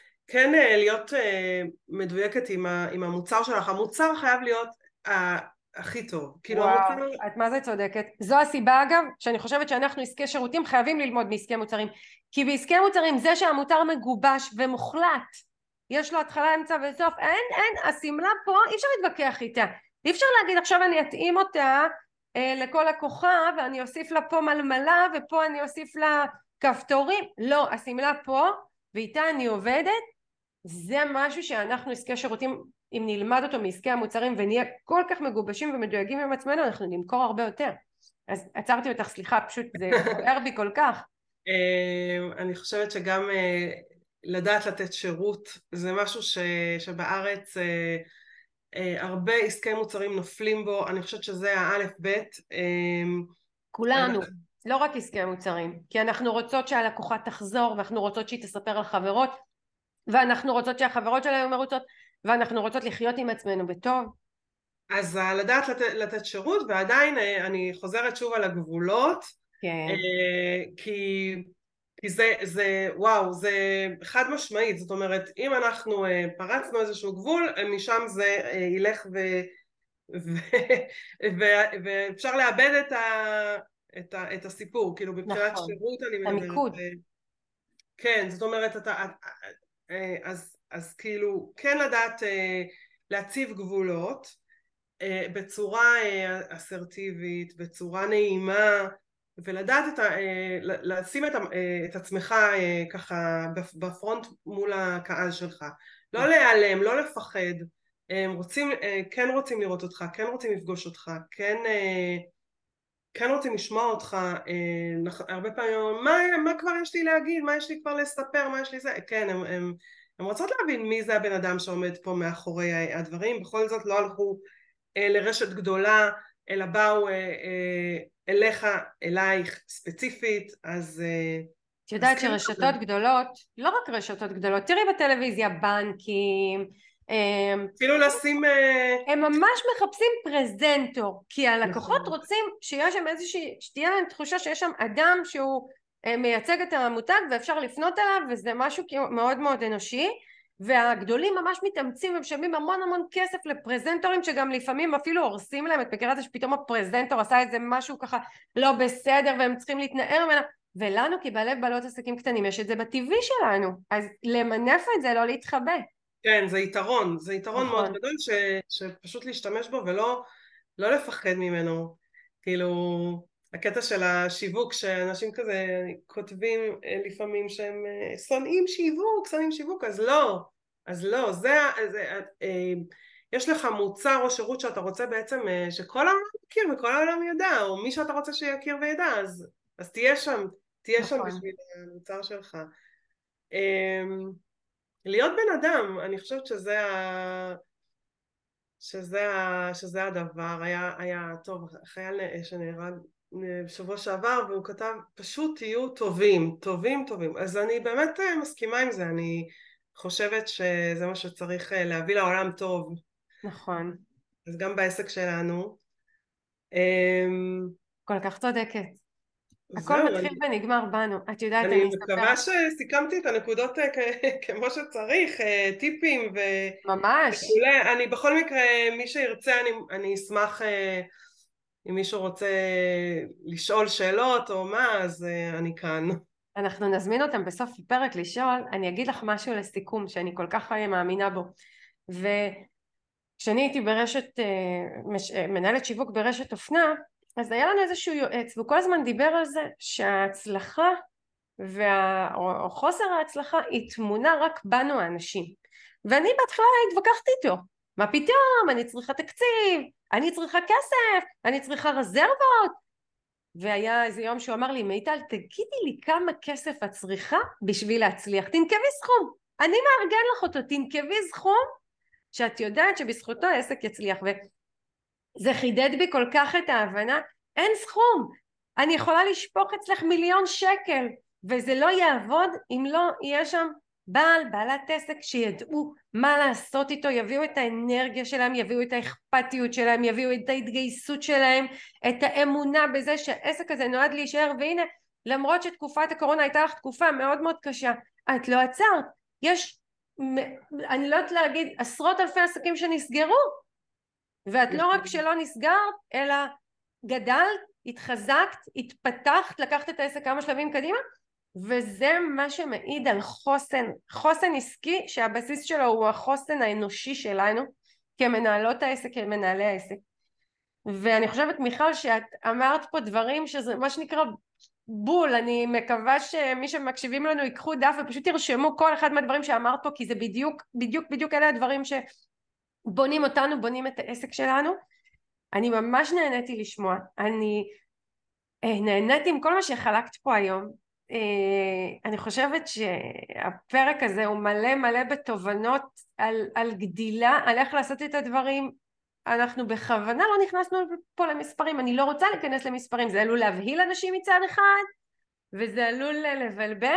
כן להיות מדויקת עם המוצר שלך, המוצר חייב להיות הכי טוב. כאילו וואו, המוצר... את מה זה צודקת. זו הסיבה אגב שאני חושבת שאנחנו עסקי שירותים חייבים ללמוד מעסקי מוצרים, כי בעסקי מוצרים זה שהמוצר מגובש ומוחלט, יש לו התחלה אמצע וסוף, אין אין השמלה פה אי אפשר להתווכח איתה, אי אפשר להגיד עכשיו אני אתאים אותה אה, לכל לקוחה ואני אוסיף לה פה מלמלה ופה אני אוסיף לה כפתורים, לא, השמלה פה ואיתה אני עובדת. זה משהו שאנחנו עסקי שירותים, אם נלמד אותו מעסקי המוצרים ונהיה כל כך מגובשים ומדויגים עם עצמנו, אנחנו נמכור הרבה יותר. אז עצרתי אותך, סליחה, פשוט זה בוער בי כל כך. אני חושבת שגם לדעת לתת שירות זה משהו ש, שבארץ הרבה עסקי מוצרים נופלים בו, אני חושבת שזה האלף בית. כולנו, לא רק עסקי המוצרים, כי אנחנו רוצות שהלקוחה תחזור, ואנחנו רוצות שהיא תספר על חברות, ואנחנו רוצות שהחברות שלנו מרוצות, ואנחנו רוצות לחיות עם עצמנו בטוב. אז לדעת לתת, לתת שירות, ועדיין אני חוזרת שוב על הגבולות, כן. כי, כי זה, זה, וואו, זה חד משמעית, זאת אומרת, אם אנחנו פרצנו איזשהו גבול, משם זה ילך ו, ו, ו, ואפשר לאבד את, ה, את, ה, את הסיפור, כאילו מבחינת נכון. שירות אני מדברת. המיקוד. כן, זאת אומרת, אתה, אז, אז כאילו, כן לדעת להציב גבולות, בצורה אסרטיבית, בצורה נעימה, ולדעת את ה, לשים את, את עצמך ככה בפרונט מול הקהל שלך. לא להיעלם, לא לפחד, רוצים, כן רוצים לראות אותך, כן רוצים לפגוש אותך, כן, כן רוצים לשמוע אותך, הרבה פעמים, מה, מה כבר יש לי להגיד, מה יש לי כבר לספר, מה יש לי זה, כן, הם, הם, הם רוצות להבין מי זה הבן אדם שעומד פה מאחורי הדברים, בכל זאת לא הלכו לרשת גדולה, אלא באו אליך, אלייך ספציפית, אז... את יודעת שרשתות גדולות, לא רק רשתות גדולות, תראי בטלוויזיה, בנקים, אפילו לשים... הם ממש מחפשים פרזנטור, כי הלקוחות רוצים שיש שם איזושהי, שתהיה להם תחושה שיש שם אדם שהוא מייצג את המותג ואפשר לפנות אליו, וזה משהו מאוד מאוד אנושי, והגדולים ממש מתאמצים ומשלמים המון המון כסף לפרזנטורים שגם לפעמים אפילו הורסים להם, את מכירה את זה שפתאום הפרזנטור עשה איזה משהו ככה לא בסדר והם צריכים להתנער ממנו, ולנו כבעלי בעלות עסקים קטנים יש את זה בטבעי שלנו, אז למנף את זה, לא להתחבא. כן, זה יתרון, זה יתרון נכון. מאוד גדול ש, שפשוט להשתמש בו ולא לא לפחד ממנו, כאילו הקטע של השיווק שאנשים כזה כותבים לפעמים שהם שונאים שיווק, שונאים שיווק, אז לא, אז לא, זה, זה יש לך מוצר או שירות שאתה רוצה בעצם שכל העולם יכיר וכל העולם ידע, או מי שאתה רוצה שיכיר וידע, אז, אז תהיה שם, תהיה נכון. שם בשביל המוצר שלך. להיות בן אדם, אני חושבת שזה ה... שזה, ה... שזה הדבר. היה, היה טוב, חייל שנהרג בשבוע שעבר והוא כתב פשוט תהיו טובים, טובים טובים, אז אני באמת מסכימה עם זה, אני חושבת שזה מה שצריך להביא לעולם טוב. נכון. אז גם בעסק שלנו. כל כך צודקת. הכל מתחיל אני... ונגמר בנו, את יודעת, אני מקווה שסיכמתי את הנקודות כמו שצריך, טיפים ו... ממש. וכולי. אני בכל מקרה, מי שירצה, אני, אני אשמח אם מישהו רוצה לשאול שאלות או מה, אז אני כאן. אנחנו נזמין אותם בסוף הפרק לשאול. אני אגיד לך משהו לסיכום שאני כל כך מאמינה בו, וכשאני הייתי ברשת, מנהלת שיווק ברשת אופנה, אז היה לנו איזשהו יועץ והוא כל הזמן דיבר על זה שההצלחה וה... או חוסר ההצלחה היא תמונה רק בנו האנשים, ואני בהתחלה התווכחתי איתו, מה פתאום, אני צריכה תקציב, אני צריכה כסף, אני צריכה רזרבות, והיה איזה יום שהוא אמר לי, מיטל תגידי לי כמה כסף את צריכה בשביל להצליח, תנקבי סכום, אני מארגן לך אותו, תנקבי סכום שאת יודעת שבזכותו העסק יצליח. וזה חידד בי כל כך את ההבנה, אין סכום, אני יכולה לשפוך אצלך מיליון שקל וזה לא יעבוד אם לא יהיה שם בעל, בעלת עסק שידעו מה לעשות איתו, יביאו את האנרגיה שלהם, יביאו את האכפתיות שלהם, יביאו את ההתגייסות שלהם, את האמונה בזה שהעסק הזה נועד להישאר. והנה, למרות שתקופת הקורונה הייתה לך תקופה מאוד מאוד קשה, את לא עצרת, יש, אני לא יודעת להגיד, עשרות אלפי עסקים שנסגרו, ואת לא רק שלא נסגרת, אלא גדלת, התחזקת, התפתחת, לקחת את העסק כמה שלבים קדימה, וזה מה שמעיד על חוסן, חוסן עסקי שהבסיס שלו הוא החוסן האנושי שלנו כמנהלות העסק, כמנהלי העסק. ואני חושבת מיכל שאת אמרת פה דברים שזה מה שנקרא בול, אני מקווה שמי שמקשיבים לנו ייקחו דף ופשוט ירשמו כל אחד מהדברים שאמרת פה, כי זה בדיוק בדיוק בדיוק אלה הדברים שבונים אותנו, בונים את העסק שלנו. אני ממש נהניתי לשמוע, אני נהניתי עם כל מה שחלקת פה היום. אני חושבת שהפרק הזה הוא מלא מלא בתובנות על, על גדילה, על איך לעשות את הדברים. אנחנו בכוונה לא נכנסנו פה למספרים, אני לא רוצה להיכנס למספרים, זה עלול להבהיל אנשים מצד אחד, וזה עלול לבלבל,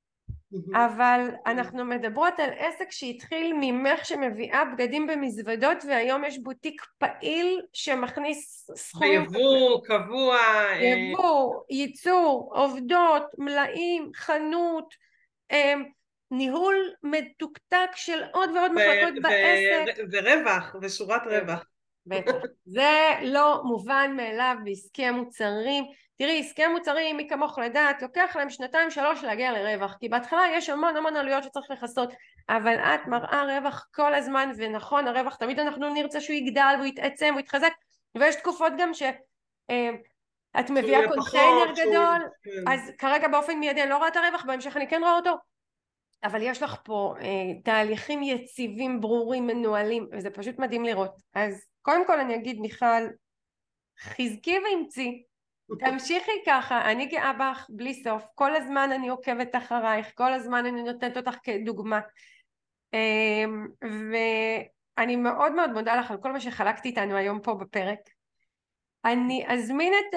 אבל אנחנו מדברות על עסק שהתחיל ממך שמביאה בגדים במזוודות, והיום יש בוטיק פעיל שמכניס סכומים. ביבוא, קבוע. יבוא, ייצור, עובדות, מלאים, חנות, ניהול מתוקתק של עוד ועוד מחלקות בעסק. ורווח, ושורת רווח. בטח. זה לא מובן מאליו בעסקי המוצרים. תראי, עסקי המוצרים, מי כמוך לדעת, לוקח להם שנתיים שלוש להגיע לרווח, כי בהתחלה יש המון המון עלויות שצריך לכסות, אבל את מראה רווח כל הזמן, ונכון, הרווח תמיד אנחנו נרצה שהוא יגדל, והוא יתעצם, הוא יתחזק, ויש תקופות גם ש... את מביאה קונטיינר גדול, אז כרגע באופן מיידי אני לא רואה את הרווח, בהמשך אני כן רואה אותו, אבל יש לך פה אה, תהליכים יציבים, ברורים, מנוהלים, וזה פשוט מדהים לראות. אז קודם כל אני אגיד, מיכל, חזקי ואמצי, תמשיכי ככה, אני גאה בך בלי סוף, כל הזמן אני עוקבת אחרייך, כל הזמן אני נותנת אותך כדוגמה, אה, ואני מאוד מאוד מודה לך על כל מה שחלקתי איתנו היום פה בפרק. אני אזמין את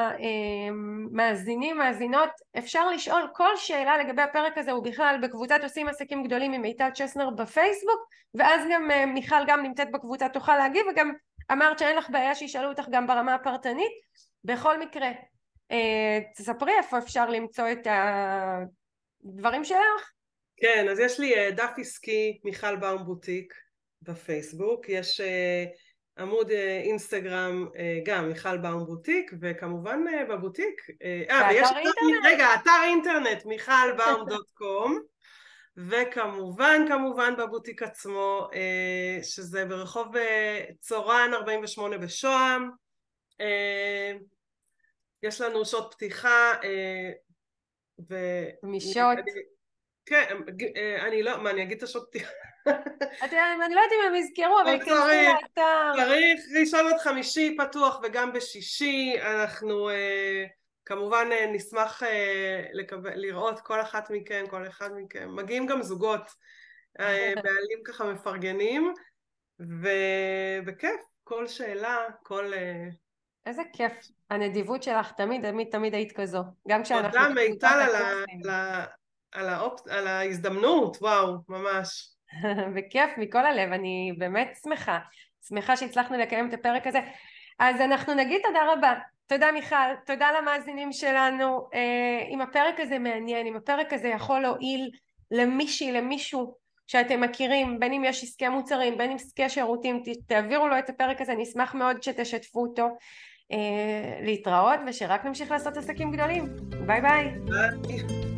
המאזינים, מאזינות, אפשר לשאול כל שאלה לגבי הפרק הזה, ובכלל בקבוצת עושים עסקים גדולים עם מיטל צ'סנר בפייסבוק, ואז גם מיכל גם נמצאת בקבוצה, תוכל להגיב, וגם אמרת שאין לך בעיה שישאלו אותך גם ברמה הפרטנית. בכל מקרה, תספרי איפה אפשר למצוא את הדברים שלך. כן, אז יש לי דף עסקי מיכל באום בוטיק בפייסבוק, יש עמוד אינסטגרם גם מיכל באום בוטיק, וכמובן בבוטיק, אה, ויש אינטרנט. רגע, אתר אינטרנט מיכל באום דוט קום, וכמובן כמובן בבוטיק עצמו, שזה ברחוב צורן ארבעים ושמונה בשוהם. יש לנו שעות פתיחה גמישות. כן, אני לא, מה, אני אגיד את השעות פתיחה? אני לא יודעת אם הם יזכרו, אבל כנסו לאתר. צריך ראשון עד חמישי פתוח וגם בשישי. אנחנו כמובן נשמח לראות כל אחת מכם, כל אחד מכם. מגיעים גם זוגות, בעלים ככה מפרגנים, וכיף, כל שאלה, כל... איזה כיף, הנדיבות שלך תמיד, תמיד, תמיד היית כזו. גם כשאנחנו... תודה מיטל על ההזדמנות, וואו, ממש. וכיף מכל הלב, אני באמת שמחה, שמחה שהצלחנו לקיים את הפרק הזה. אז אנחנו נגיד תודה רבה. תודה מיכל, תודה למאזינים שלנו. אם הפרק הזה מעניין, אם הפרק הזה יכול להועיל למישהי, למישהו שאתם מכירים, בין אם יש עסקי מוצרים, בין אם עסקי שירותים, תעבירו לו את הפרק הזה, נשמח מאוד שתשתפו אותו. להתראות ושרק נמשיך לעשות עסקים גדולים. ביי ביי. ביי.